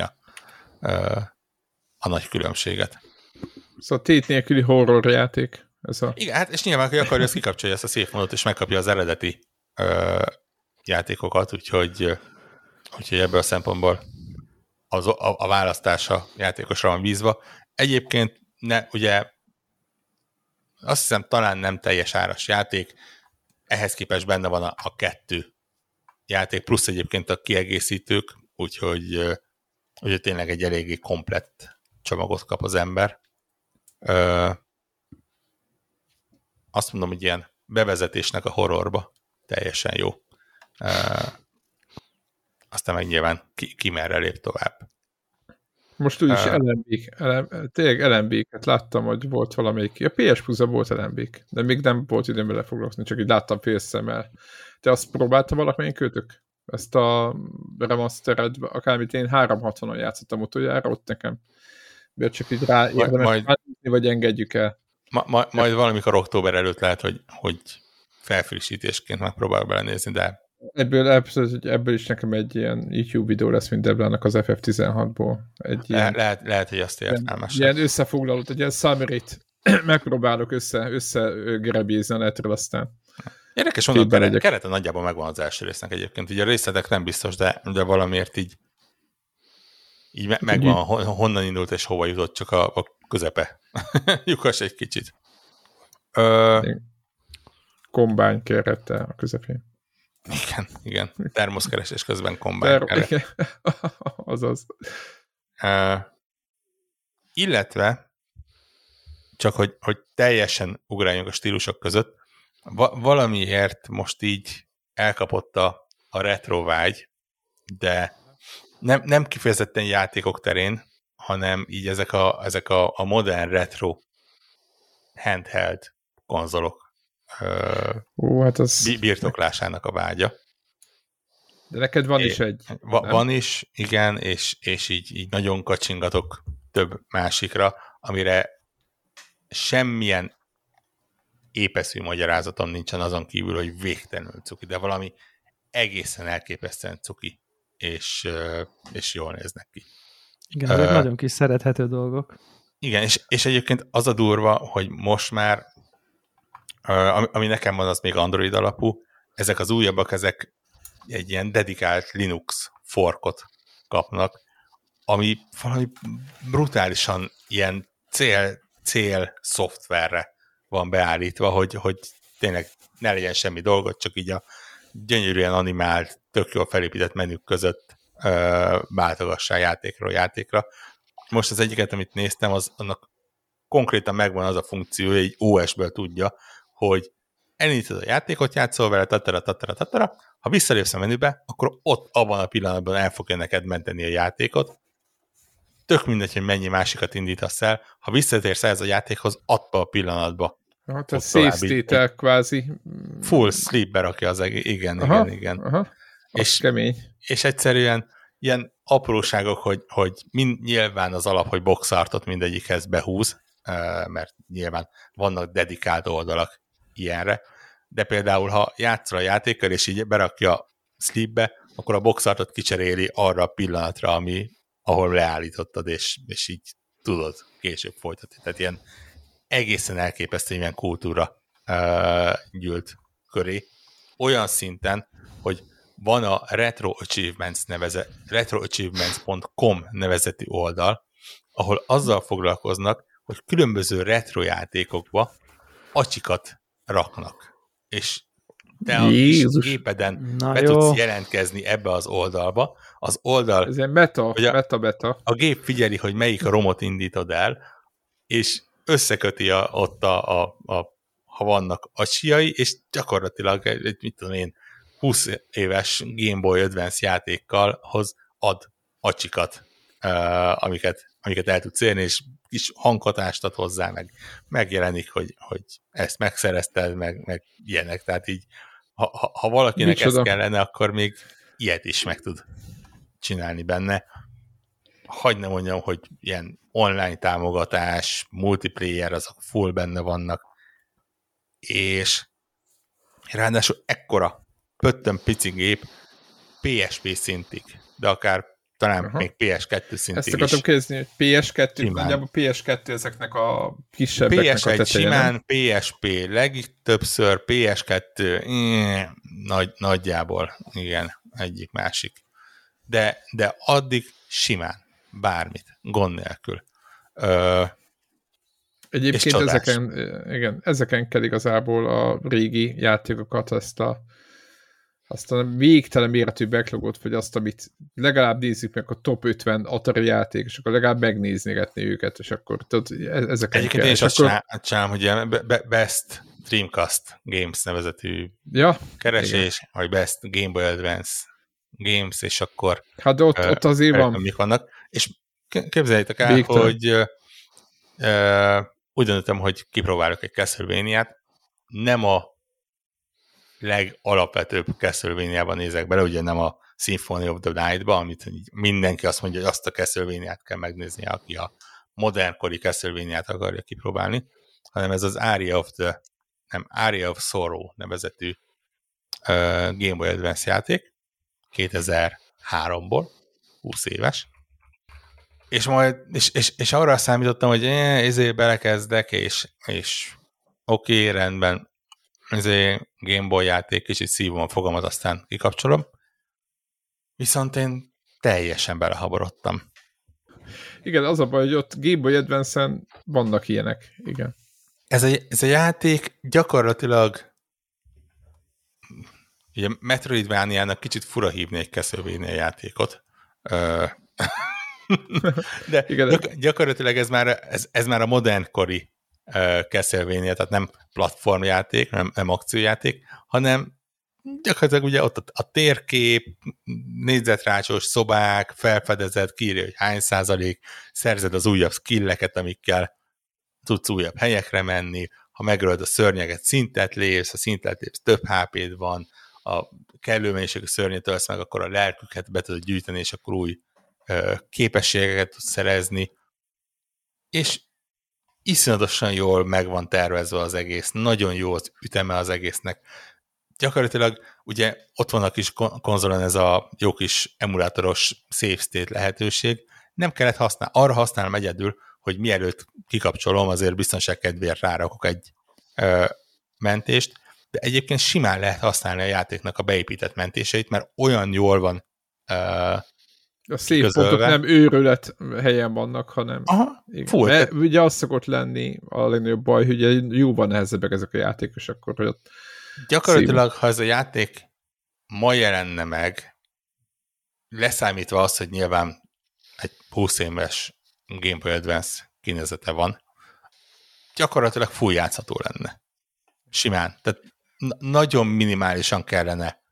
C: a nagy különbséget.
A: Szóval tét nélküli horror játék.
C: Igen, hát és nyilván, hogy akarja, azt kikapcsolja ezt a safe módot, és megkapja az eredeti játékokat, úgyhogy ebből a szempontból a választása játékosra van bízva. Egyébként ugye azt hiszem talán nem teljes áras játék, ehhez képest benne van a 2 játék, plusz egyébként a kiegészítők, úgyhogy tényleg egy eléggé komplett csomagot kap az ember. Azt mondom, hogy ilyen bevezetésnek a horrorba teljesen jó. Aztán meg nyilván ki merre lép tovább.
A: Most úgyis tényleg LMB-ket láttam, hogy volt valamelyik. A PS Plus-a volt LMB-k, de még nem volt időm vele foglalkozni, csak így láttam félszemmel. Te azt próbálta valamelyik kötök? Ezt a remastered, akármit én 360-on játszottam utoljára, ott nekem. Miért csak így rá érdemes vagy engedjük el?
C: Majd valamikor október előtt lehet, hogy felfrissítésként megpróbál belenézni, de
A: Ebből is nekem egy ilyen YouTube videó lesz, mint Deblának az FF16-ból.
C: Lehet, hogy azt értelmes.
A: Ilyen összefoglalót, egy ilyen summary-t megpróbálok összegerebézni a netről, aztán
C: érdekes mondom, kerete nagyjából megvan az első résznek egyébként. Ugye a részletek nem biztos, de valamiért így megvan, honnan indult és hova jutott, csak a közepe. Lyukas egy kicsit.
A: Kombány kerette a közepén.
C: Igen. Termoszkeresés közben kombány keret.
A: Azaz.
C: Illetve, csak hogy teljesen ugráljunk a stílusok között, valamiért most így elkapott a retro vágy, de nem kifejezetten játékok terén, hanem így ezek a modern retro handheld konzolok
A: hát az...
C: birtoklásának a vágya.
A: De neked van is egy.
C: Van is, igen, és így nagyon kacsingatok több másikra, amire semmilyen épeszű magyarázatom nincsen azon kívül, hogy végtelenül cuki, de valami egészen elképesztően cuki, és jól néznek ki.
B: Igen, ezek nagyon kis szerethető dolgok.
C: Igen, és egyébként az a durva, hogy most már, ami nekem van, az még Android alapú, ezek az újabbak, ezek egy ilyen dedikált Linux forkot kapnak, ami valami brutálisan ilyen cél szoftverre van beállítva, hogy tényleg ne legyen semmi dolgot, csak így a gyönyörűen animált, tök jól felépített menük között váltogassál játékról játékra. Most az egyiket, amit néztem, annak konkrétan megvan az a funkció, hogy egy OS-ből tudja, hogy elindítod a játékot, játszol vele, tatara, ha visszalépsz a menübe, akkor ott abban a pillanatban el fogja neked menteni a játékot. Tök mindegy, hogy mennyi másikat indítasz el. Ha visszatérsz ez a játékhoz, abban a pillanatban.
A: Hát ez save state-el kvázi.
C: Full sleep-be rakja az igen.
A: Aha. És kemény.
C: És egyszerűen ilyen apróságok, hogy nyilván az alap, hogy boxartot mindegyikhez behúz, mert nyilván vannak dedikált oldalak ilyenre, de például, ha játszol a játékkal, és így berakja sleepbe, akkor a boxartot kicseréli arra a pillanatra, ahol leállítottad, és így tudod később folytatni. Tehát ilyen egészen elképesztő ilyen kultúra gyűlt olyan szinten, hogy van a retroachievements.com nevezeti oldal, ahol azzal foglalkoznak, hogy különböző retro játékokba acsikat raknak. És te a kis gépeden tudsz jelentkezni ebbe az oldalba. Az oldal...
A: Ez egy beta.
C: A gép figyeli, hogy melyik romot indítod el, és összeköti ha vannak acsiai, és gyakorlatilag mit tudom én, 20 éves Game Boy Advance játékkal ad acsikat, amiket el tudsz élni, és kis hanghatást ad hozzá, megjelenik, hogy ezt megszerezted, meg ilyenek. Tehát így, ha valakinek ez kellene, akkor még ilyet is meg tud csinálni benne. Hadd ne mondjam, hogy ilyen online támogatás, multiplayer, azok full benne vannak, és ráadásul ekkora pöttöm pici gép PSP szintig, de akár talán még PS2 szintig
A: ezt akartam kérdezni, hogy PS2, nagyjából PS2 ezeknek a kisebbeknek
C: PS1
A: a tetején.
C: simán, PSP legtöbbször, PS2 nagyjából, igen, egyik másik. De addig simán, bármit, gond nélkül.
A: Egyébként ezeken kell igazából a régi játékokat, azt a végtelen méretű backlogot, vagy azt, amit legalább nézzük meg a top 50 Atari játék, és akkor legalább megnéznégetni őket, és akkor tudod, ezeken
C: egyébként
A: kell.
C: Én is azt csinálom, hogy ilyen Dreamcast Games nevezetű keresés, igen. Vagy Best Game Boy Advance Games, és akkor
A: hát ott azért van.
C: Mik vannak. És képzeljétek el, végtelen. Hogy úgy döntöttem, hogy kipróbálok egy Castlevania-t, nem a legalapvetőbb Castlevania-ban nézek bele, ugye nem a Symphony of the Night-ba, amit mindenki azt mondja, hogy azt a Castlevania-t kell megnézni, aki a modernkori Castlevania-t akarja kipróbálni, hanem ez az Aria of Sorrow nevezetű Game Boy Advance játék, 2003-ból, 20 éves, és arra számítottam, hogy ezért belekezdek, és oké, rendben, ezért Game Boy játék, kicsit szívom a fogamat, aztán kikapcsolom, viszont én teljesen belehaborodtam.
A: Igen, az a baj, hogy ott Game Boy Advance-en vannak ilyenek, igen.
C: Ez a játék gyakorlatilag ugye Metroidvania-nak kicsit fura hívni egy Castlevania játékot. De gyakorlatilag ez már a modernkori Castlevania, tehát nem platformjáték, nem akciójáték, hanem gyakorlatilag ugye ott a térkép, négyzetrácsos szobák, felfedezed, kiírja, hogy hány százalék, szerzed az újabb skilleket, amikkel tudsz újabb helyekre menni, ha megölöd a szörnyeget, szintet lépsz, ha szintet lépsz, több HP-d van, a kellő mennyiségű szörnyet ölsz meg, akkor a lelküket be tudod gyűjteni, és akkor új képességeket tudsz szerezni, és iszonyatosan jól meg van tervezve az egész, nagyon jó az üteme az egésznek. Gyakorlatilag ugye ott van a kis konzolon ez a jó kis emulátoros save state lehetőség, nem kellett használni, arra használom egyedül, hogy mielőtt kikapcsolom, azért biztonság kedvéért rárakok egy mentést, de egyébként simán lehet használni a játéknak a beépített mentéseit, mert olyan jól van
A: a szép pontok nem őrület helyen vannak, hanem mert ugye az szokott lenni a legnagyobb baj, hogy jóval nehezebbek ezek a játékos, akkor hogy ott
C: gyakorlatilag, ha ez a játék ma jelenne meg, leszámítva azt, hogy nyilván egy 20 éves Game Boy Advance kinézete van, gyakorlatilag full játszható lenne. Simán. Tehát nagyon minimálisan kellene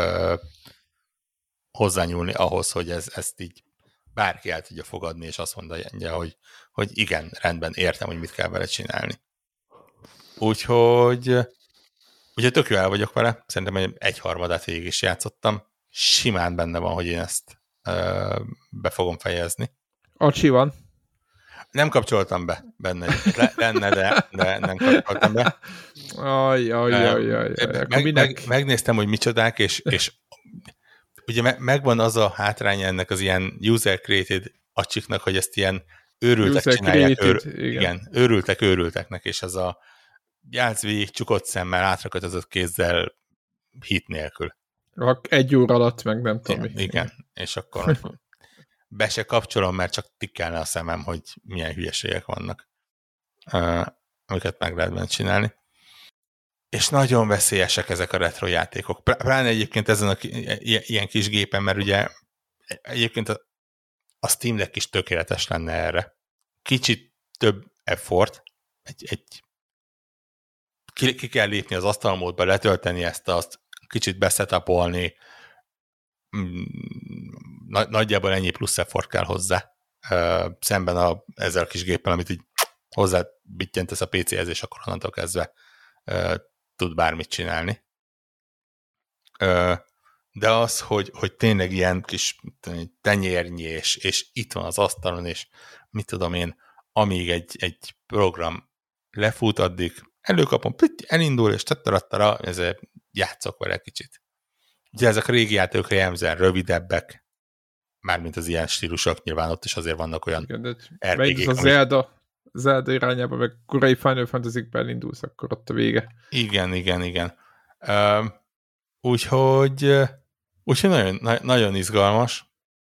C: hozzányúlni ahhoz, hogy ezt így bárki el tudja fogadni, és azt mondja, hogy igen, rendben, értem, hogy mit kell vele csinálni. Úgyhogy tök jó el vagyok vele, szerintem hogy 1/3 végig is játszottam. Simán benne van, hogy én ezt be fogom fejezni.
A: Acsi van.
C: Nem kapcsoltam be benne. Lenne, de nem kapcsoltam be. Megnéztem, hogy micsodák, és ugye megvan az a hátránya ennek az ilyen user-created acsiknak, hogy ezt ilyen őrültek csinálják. Igen, őrülteknek, és az a játsz végig csukott szemmel, átrakötözött kézzel, hit nélkül.
A: 1 óra alatt meg nem tudom.
C: Igen, és akkor be se kapcsolom, mert csak tikkelne a szemem, hogy milyen hülyeségek vannak, amiket meg lehet benne csinálni. És nagyon veszélyesek ezek a retro játékok. Pláne egyébként ezen a ilyen kis gépen, mert ugye egyébként a Steam Deck is tökéletes lenne erre. Kicsit több effort, ki kell lépni az asztalmódba, letölteni azt kicsit beszetapolni, nagyjából ennyi plusz effort kell hozzá, szemben ezzel a kis géppel, amit így hozzá bittyentesz a PC-hez, és akkor onnantól kezdve tud bármit csinálni. De az, hogy tényleg ilyen kis tenyérnyi, és itt van az asztalon, és mit tudom én, amíg egy program lefut, addig előkapom, elindul, és tattarattara, ezért játszok vele kicsit. Ugye ezek a régi játékok jellemzően rövidebbek, mármint az ilyen stílusok, nyilván ott is azért vannak olyan
A: RPG-k. Az Zelda irányába, meg korai Final Fantasy-kben elindulsz, akkor ott a vége.
C: Igen. Úgyhogy nagyon, nagyon izgalmas.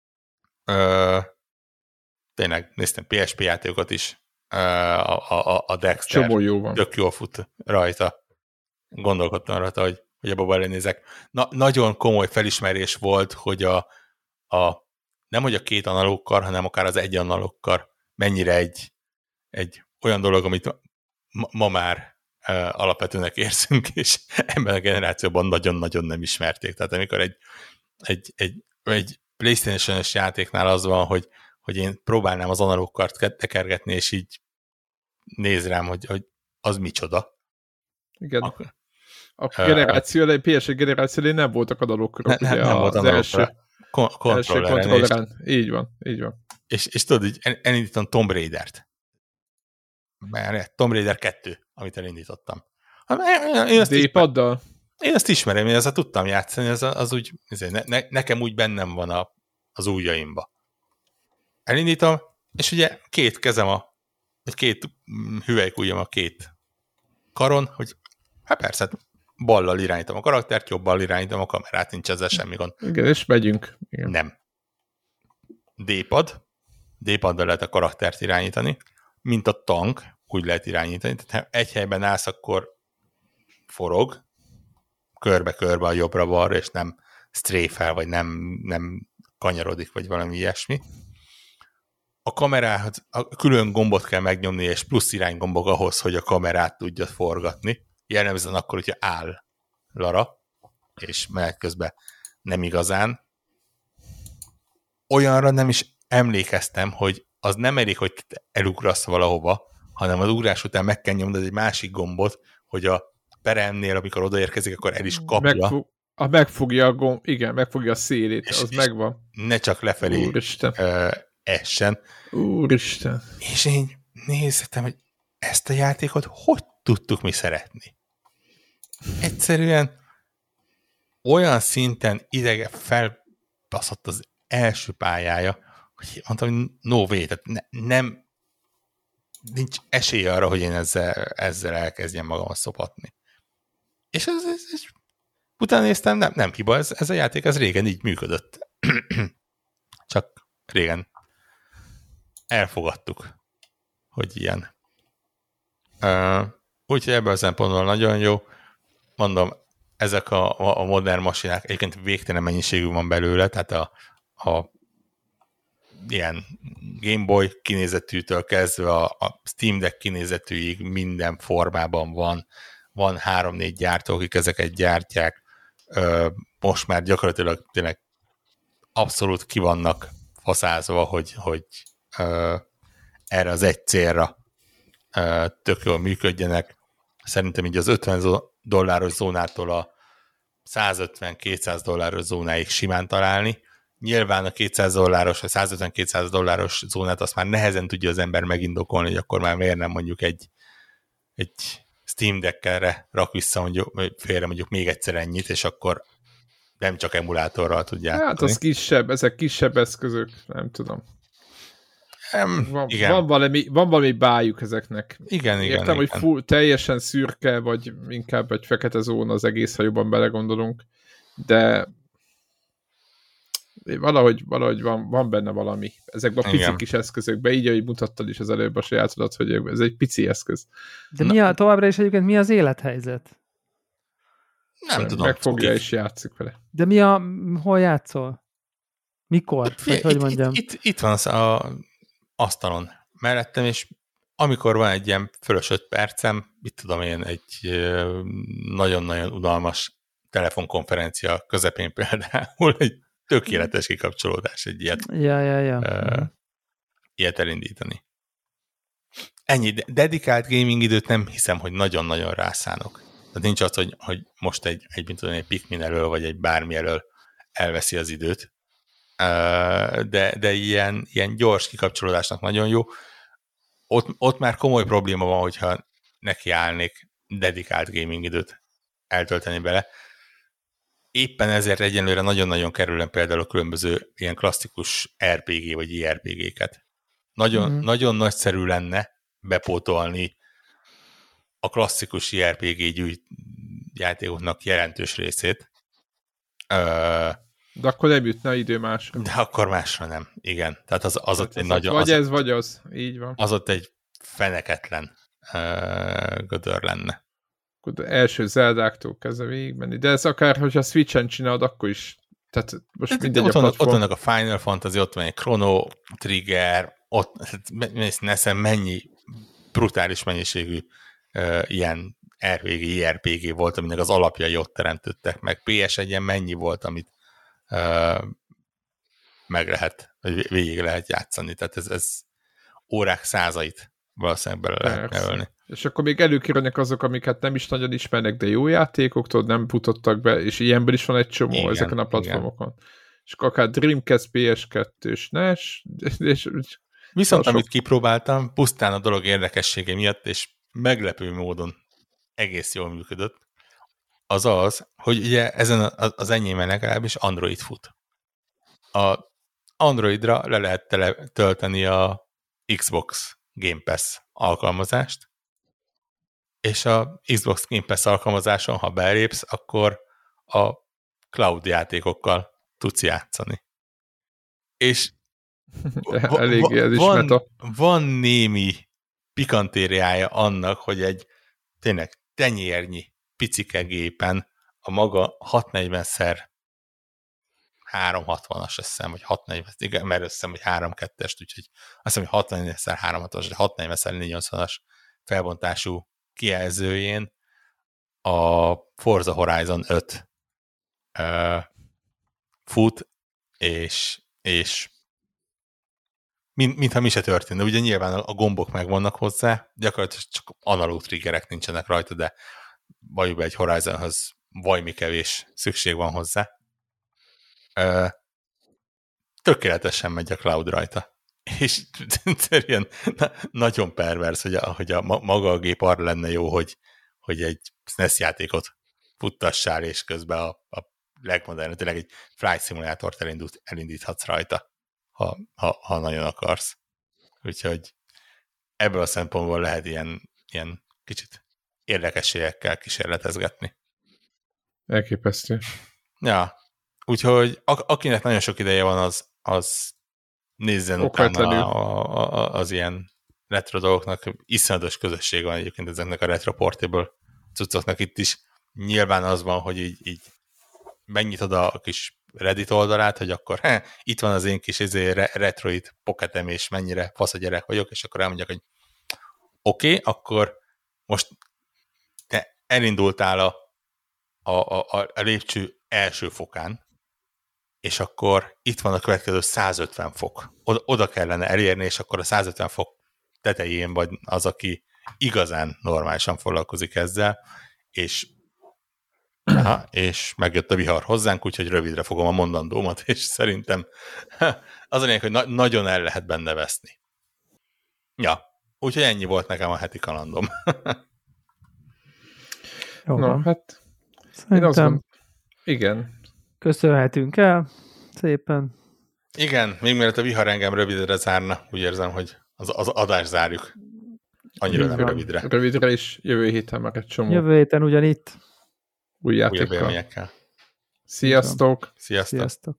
C: Tényleg néztem PSP játékokat is, a Dexter tök jól fut rajta. Gondolkodtam rajta, hogy abba belenézek. Nagyon komoly felismerés volt, hogy nem hogy a 2 analógkar, hanem akár az 1 analógkar mennyire egy olyan dolog, amit ma már alapvetőnek érzünk, és ebben a generációban nagyon-nagyon nem ismerték. Tehát amikor egy PlayStation-ös játéknál az van, hogy én próbálnám az analóg kart tekergetni, és így néz rám, hogy az micsoda.
A: Igen. A generáció elején, PS1 generáció elején nem voltak analógkörök, ugye
C: nem volt
A: az első
C: kontrolleren.
A: Így van.
C: És tudod, így elindítom Tomb Raider-t. Tomb Raider 2, amit elindítottam.
A: D-paddal?
C: Én ezt ismerem, én ezzel tudtam játszani, az úgy, nekem úgy bennem van az ujjaimba. Elindítom, és ugye két hüvelykujjam a két karon, hogy hát persze, ballal irányítom a karaktert, jobbal irányítom a kamerát, nincs ezzel semmi gond.
A: Igen, és megyünk. Igen.
C: Nem. D-paddal lehet a karaktert irányítani, mint a tank, úgy lehet irányítani. Tehát ha egy helyben állsz, akkor forog, körbe-körbe a jobbra-balra, és nem stréfel, vagy nem kanyarodik, vagy valami ilyesmi. A kamerához külön gombot kell megnyomni, és plusz iránygombok ahhoz, hogy a kamerát tudja forgatni. Jellemzően akkor, hogyha áll Lara, és menet közben nem igazán. Olyanra nem is emlékeztem, hogy az nem elég, hogy elugrasz valahova, hanem az ugrás után meg kell nyomnod egy másik gombot, hogy a peremnél, amikor odaérkezik, akkor el is kapja.
A: Megfogja megfogja a szélét, és, az megvan.
C: Ne csak lefelé essen.
A: Úristen.
C: És én néztem, hogy ezt a játékot hogy tudtuk mi szeretni. Egyszerűen olyan szinten idege felbaszott az első pályája, hogy mondtam, hogy no way, tehát nem nincs esély arra, hogy én ezzel elkezdjem magamat szopatni. És ez utána néztem, nem hiba, ez a játék, ez régen így működött. Csak régen elfogadtuk, hogy ilyen. Úgyhogy ebben a szempontból nagyon jó. Mondom, ezek a modern masinák, egyébként végtelen mennyiségű van belőle, tehát a ilyen Game Boy kinézetűtől kezdve a Steam Deck kinézetűig minden formában van 3-4 gyártó, akik ezeket gyártják. Most már gyakorlatilag tényleg abszolút ki vannak faszázva, hogy erre az egy célra tök jól működjenek. Szerintem így az $50 zónától a $150-200 zónáig simán találni. Nyilván a $200 vagy $150-200 zónát azt már nehezen tudja az ember megindokolni, hogy akkor már miért nem mondjuk egy Steam Deck-re rak vissza félre mondjuk még egyszer ennyit, és akkor nem csak emulátorral tudják.
A: Hát az kisebb, ezek kisebb eszközök, nem tudom.
C: Igen.
A: Van valami bájuk ezeknek.
C: Igen.
A: Értem, hogy teljesen szürke, vagy inkább egy fekete zóna az egész, ha jobban belegondolunk, de valahogy van benne valami. Ezekben a pici kis eszközökben, így, ahogy mutattad is az előbb a sajátodat, hogy ez egy pici eszköz.
B: De továbbra is egyébként mi az élethelyzet?
C: Nem tudom.
A: Megfogja és játszik vele.
B: De hol játszol? Mikor? Hogy mondjam?
C: Itt van az asztalon mellettem, és amikor van egy ilyen fölös 5 percem, mit tudom én, egy nagyon-nagyon unalmas telefonkonferencia közepén például egy tökéletes kikapcsolódás, egy ilyet, ilyet elindítani. Ennyi, dedikált gaming időt nem hiszem, hogy nagyon-nagyon rászánok. Tehát nincs az, hogy most egy Pikmin elől, vagy egy bármi elől elveszi az időt. De ilyen gyors kikapcsolódásnak nagyon jó. Ott már komoly probléma van, hogyha nekiállnék dedikált gaming időt eltölteni bele. Éppen ezért egyenlőre nagyon-nagyon kerülnek például a különböző ilyen klasszikus RPG vagy IRPG-ket. Nagyon nagyszerű lenne bepótolni a klasszikus IRPG játékoknak jelentős részét.
A: De akkor nem jutna idő másra.
C: De akkor másra nem, igen. Tehát az ott egy nagyon...
A: Vagy ez, vagy az. Így van.
C: Az ott egy feneketlen gödör lenne.
A: Akkor első Zeldáktól kezdve végigmenni. De ez akár, hogyha Switchen csinálod, akkor is. Tehát most mindegy a platform.
C: Ott vannak a Final Fantasy, ott van egy Chrono Trigger, ott neszem mennyi brutális mennyiségű ilyen RPG, JRPG volt, aminek az alapjai ott teremtődtek meg. PS1-en mennyi volt, amit meg lehet, vagy végig lehet játszani. Tehát ez órák százait valószínűleg bele lehet ölni.
A: És akkor még előkerülnek azok, amiket nem is nagyon ismernek, de jó játékok, tudod, nem futottak be, és ilyenből is van egy csomó igen, ezeken a platformokon. Igen. És akkor akár Dreamcast, PS2 és NES, és
C: viszont amit kipróbáltam, pusztán a dolog érdekessége miatt, és meglepő módon egész jól működött, az az, hogy ugye ezen az enyémen legalábbis Android fut. A Androidra le lehet tölteni a Xbox Game Pass alkalmazást, és a Xbox Game Pass alkalmazáson, ha belépsz, akkor a cloud játékokkal tudsz játszani. És van némi pikantériája annak, hogy egy tényleg tenyérnyi picike gépen a maga 640x360-as, azt hiszem, vagy 640, igen, mert azt hiszem, hogy 3.2-est, úgyhogy azt hiszem, hogy 640x360-as, de 640x480-as felbontású kijelzőjén a Forza Horizon 5 fut, és mintha mi se történne. Ugye nyilván a gombok megvannak hozzá, gyakorlatilag csak analóg triggerek nincsenek rajta, de valljuk be, egy Horizonhoz vajmi kevés szükség van hozzá. Tökéletesen megy a cloud rajta. És egyszerűen nagyon pervers, hogy maga a gép arra lenne jó, hogy egy SNES játékot futtassál, és közben a legmodernebb, tényleg egy flight szimulátort elindíthatsz rajta, ha nagyon akarsz. Úgyhogy ebből a szempontból lehet ilyen kicsit érdekességekkel kísérletezgetni.
A: Elképesztő.
C: Ja, úgyhogy akinek nagyon sok ideje van, az nézzen utána az ilyen retro dolgoknak. Iszonyatos közösség van egyébként ezeknek a retro portable cuccoknak itt is. Nyilván az van, hogy így megnyitod a kis Reddit oldalát, hogy akkor itt van az én kis retroid pocketem, és mennyire fasz a gyerek vagyok, és akkor elmondják, hogy oké, akkor most te elindultál a lépcső első fokán, és akkor itt van a következő 150 fok. Oda kellene elérni, és akkor a 150 fok tetején vagy az, aki igazán normálisan foglalkozik ezzel, és megjött a vihar hozzánk, úgyhogy rövidre fogom a mondandómat, és szerintem az a lényeg, hogy nagyon el lehet benne veszni. Ja, úgyhogy ennyi volt nekem a heti kalandom.
B: Jó,
A: na, hát szerintem igen.
B: Köszönhetünk el szépen.
C: Igen, még mielőtt a vihar engem rövidre zárna, úgy érzem, hogy az adást zárjuk. Annyira nem rövidre.
A: Rövidre is jövő héten meg egy csomó.
B: Jövő héten ugyanitt.
A: Új játékkal.
C: Sziasztok!
B: Sziasztok!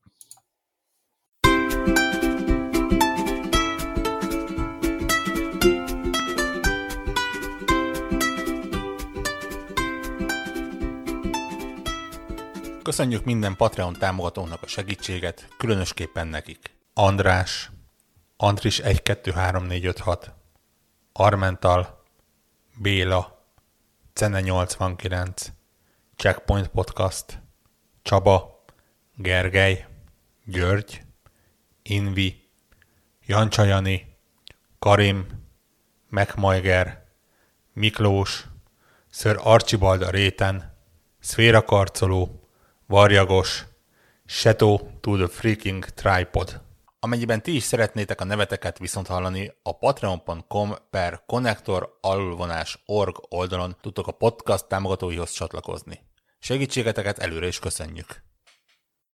C: Köszönjük minden Patreon támogatónak a segítséget, különösképpen nekik. András, Andris 123456, Armental, Béla, Cene 89, Checkpoint Podcast, Csaba, Gergely, György, Invi, Jancsa Jani, Karim, Megmajger, Miklós, Sir Archibald a Réten, Szféra Karcoló, Varjagos, Shadow to the Freaking Tripod. Amennyiben ti is szeretnétek a neveteket viszont hallani, a patreon.com/connector_org oldalon tudtok a podcast támogatóihoz csatlakozni. Segítségeteket előre is köszönjük!